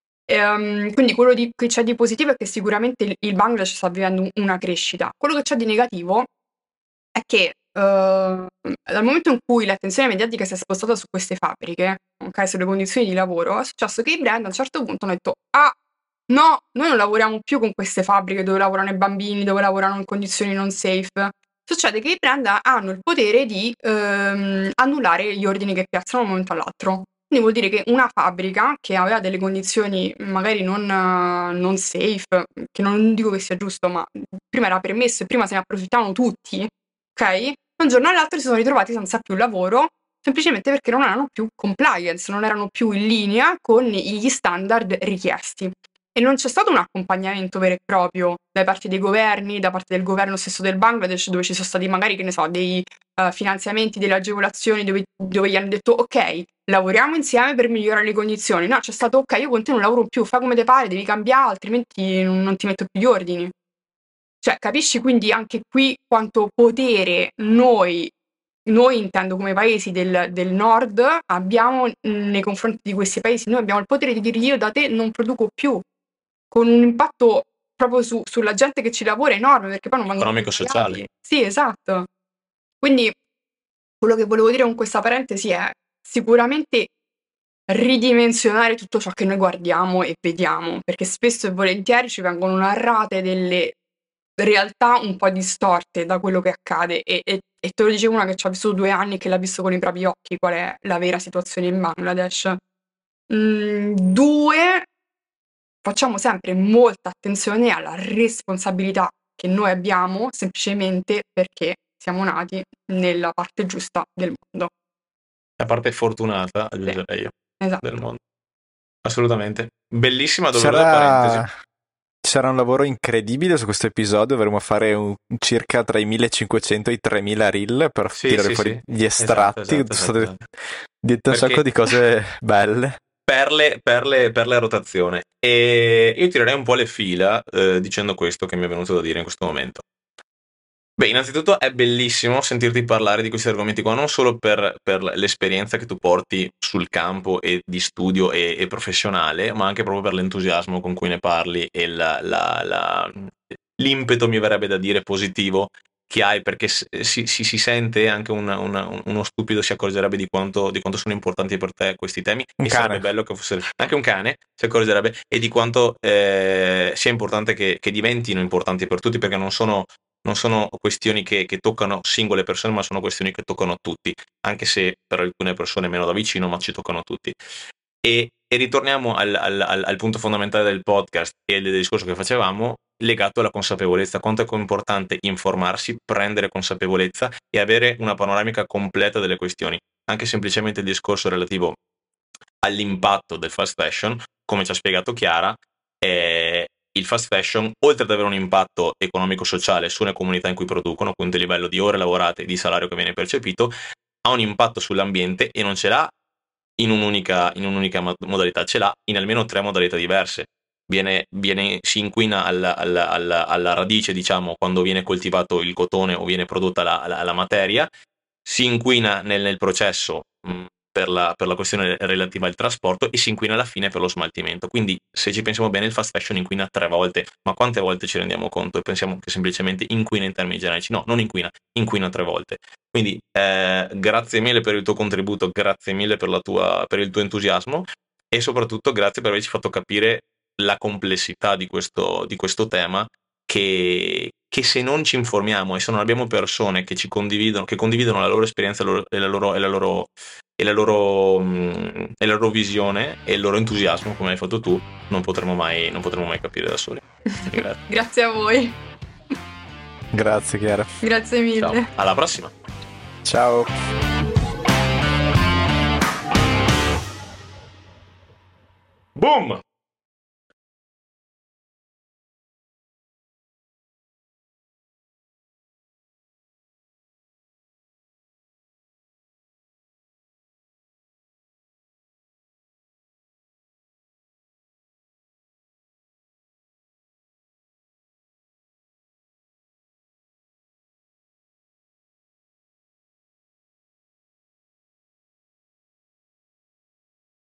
Ehm, quindi quello di- che c'è di positivo è che sicuramente il, il Bangladesh sta vivendo un- una crescita. Quello che c'è di negativo è che eh, dal momento in cui l'attenzione mediatica si è spostata su queste fabbriche, ok, sulle condizioni di lavoro, è successo che i brand a un certo punto hanno detto: ah, no, noi non lavoriamo più con queste fabbriche dove lavorano i bambini, dove lavorano in condizioni non safe. Succede che i brand hanno il potere di ehm, annullare gli ordini che piazzano da un momento all'altro. Quindi vuol dire che una fabbrica che aveva delle condizioni magari non, eh, non safe, che non dico che sia giusto, ma prima era permesso e prima se ne approfittavano tutti, ok? Da un giorno all'altro si sono ritrovati senza più lavoro, semplicemente perché non erano più compliance, non erano più in linea con gli standard richiesti. E non c'è stato un accompagnamento vero e proprio da parte dei governi, da parte del governo stesso del Bangladesh, dove ci sono stati magari, che ne so, dei uh, finanziamenti, delle agevolazioni, dove, dove gli hanno detto: ok, lavoriamo insieme per migliorare le condizioni. No, c'è stato: ok, io con te non lavoro più, fai come te pare, devi cambiare, altrimenti non, non ti metto più gli ordini. Cioè, capisci quindi anche qui quanto potere noi, noi intendo come paesi del, del nord, abbiamo nei confronti di questi paesi. Noi abbiamo il potere di dire: io da te non produco più, con un impatto proprio su, sulla gente che ci lavora enorme, perché poi non vengono
Economico-sociale.
pagati. Sì, esatto. Quindi quello che volevo dire con questa parentesi è sicuramente ridimensionare tutto ciò che noi guardiamo e vediamo, perché spesso e volentieri ci vengono narrate delle realtà un po' distorte da quello che accade, e, e, e te lo dice una che ci ha vissuto due anni e che l'ha visto con i propri occhi qual è la vera situazione in Bangladesh. Mm, due, facciamo sempre molta attenzione alla responsabilità che noi abbiamo semplicemente perché siamo nati nella parte giusta del mondo.
La parte fortunata, aggiungerei io,
Esatto.
del mondo. Assolutamente. Bellissima
Ci
doverosa parentesi.
sarà, ci sarà un lavoro incredibile su questo episodio, dovremo fare un, circa tra i millecinquecento e i tremila reel per
Sì,
tirare
sì,
fuori
sì.
gli estratti.
Esatto, esatto,
Sono
esatto, esatto.
dette un
Perché-
sacco di cose belle.
Perle, perle, perle a rotazione. E io tirerei un po' le fila eh, dicendo questo che mi è venuto da dire in questo momento. Beh, innanzitutto è bellissimo sentirti parlare di questi argomenti qua, non solo per, per l'esperienza che tu porti sul campo e di studio e, e professionale, ma anche proprio per l'entusiasmo con cui ne parli e la, la, la, l'impeto, mi verrebbe da dire, positivo che hai, perché si, si, si sente anche una, una, uno stupido si accorgerebbe di quanto, di quanto sono importanti per te questi temi.
Un
e
cane.
sarebbe bello che fosse anche un cane si accorgerebbe, e di quanto eh, sia importante che, che diventino importanti per tutti, perché non sono non sono questioni che, che toccano singole persone, ma sono questioni che toccano tutti, anche se per alcune persone meno da vicino, ma ci toccano tutti. E, e ritorniamo al, al, al, al punto fondamentale del podcast e del discorso che facevamo, legato alla consapevolezza. Quanto è importante informarsi, prendere consapevolezza e avere una panoramica completa delle questioni. Anche semplicemente il discorso relativo all'impatto del fast fashion, come ci ha spiegato Chiara, è il fast fashion, oltre ad avere un impatto economico-sociale sulle comunità in cui producono, quindi a livello di ore lavorate e di salario che viene percepito, ha un impatto sull'ambiente e non ce l'ha in un'unica, in un'unica modalità, ce l'ha in almeno tre modalità diverse. Viene, viene, si inquina alla, alla, alla, alla radice, diciamo, quando viene coltivato il cotone o viene prodotta la, la, la materia, si inquina nel, nel processo mh, per la, per la questione relativa al trasporto, e si inquina alla fine per lo smaltimento. Quindi, se ci pensiamo bene, il fast fashion inquina tre volte, ma quante volte ci rendiamo conto e pensiamo che semplicemente inquina in termini generici? No, non inquina, inquina tre volte. Quindi eh, grazie mille per il tuo contributo, grazie mille per, la tua, per il tuo entusiasmo, e soprattutto grazie per averci fatto capire la complessità di questo, di questo tema, che, che se non ci informiamo e se non abbiamo persone che ci condividono, che condividono la loro esperienza e la loro, e la loro, e la loro, mh, e la loro visione e il loro entusiasmo, come hai fatto tu, non potremo mai, non potremo mai capire da soli. Grazie.
Grazie a voi.
Grazie Chiara.
Grazie mille.
Ciao, alla prossima.
Ciao.
Boom!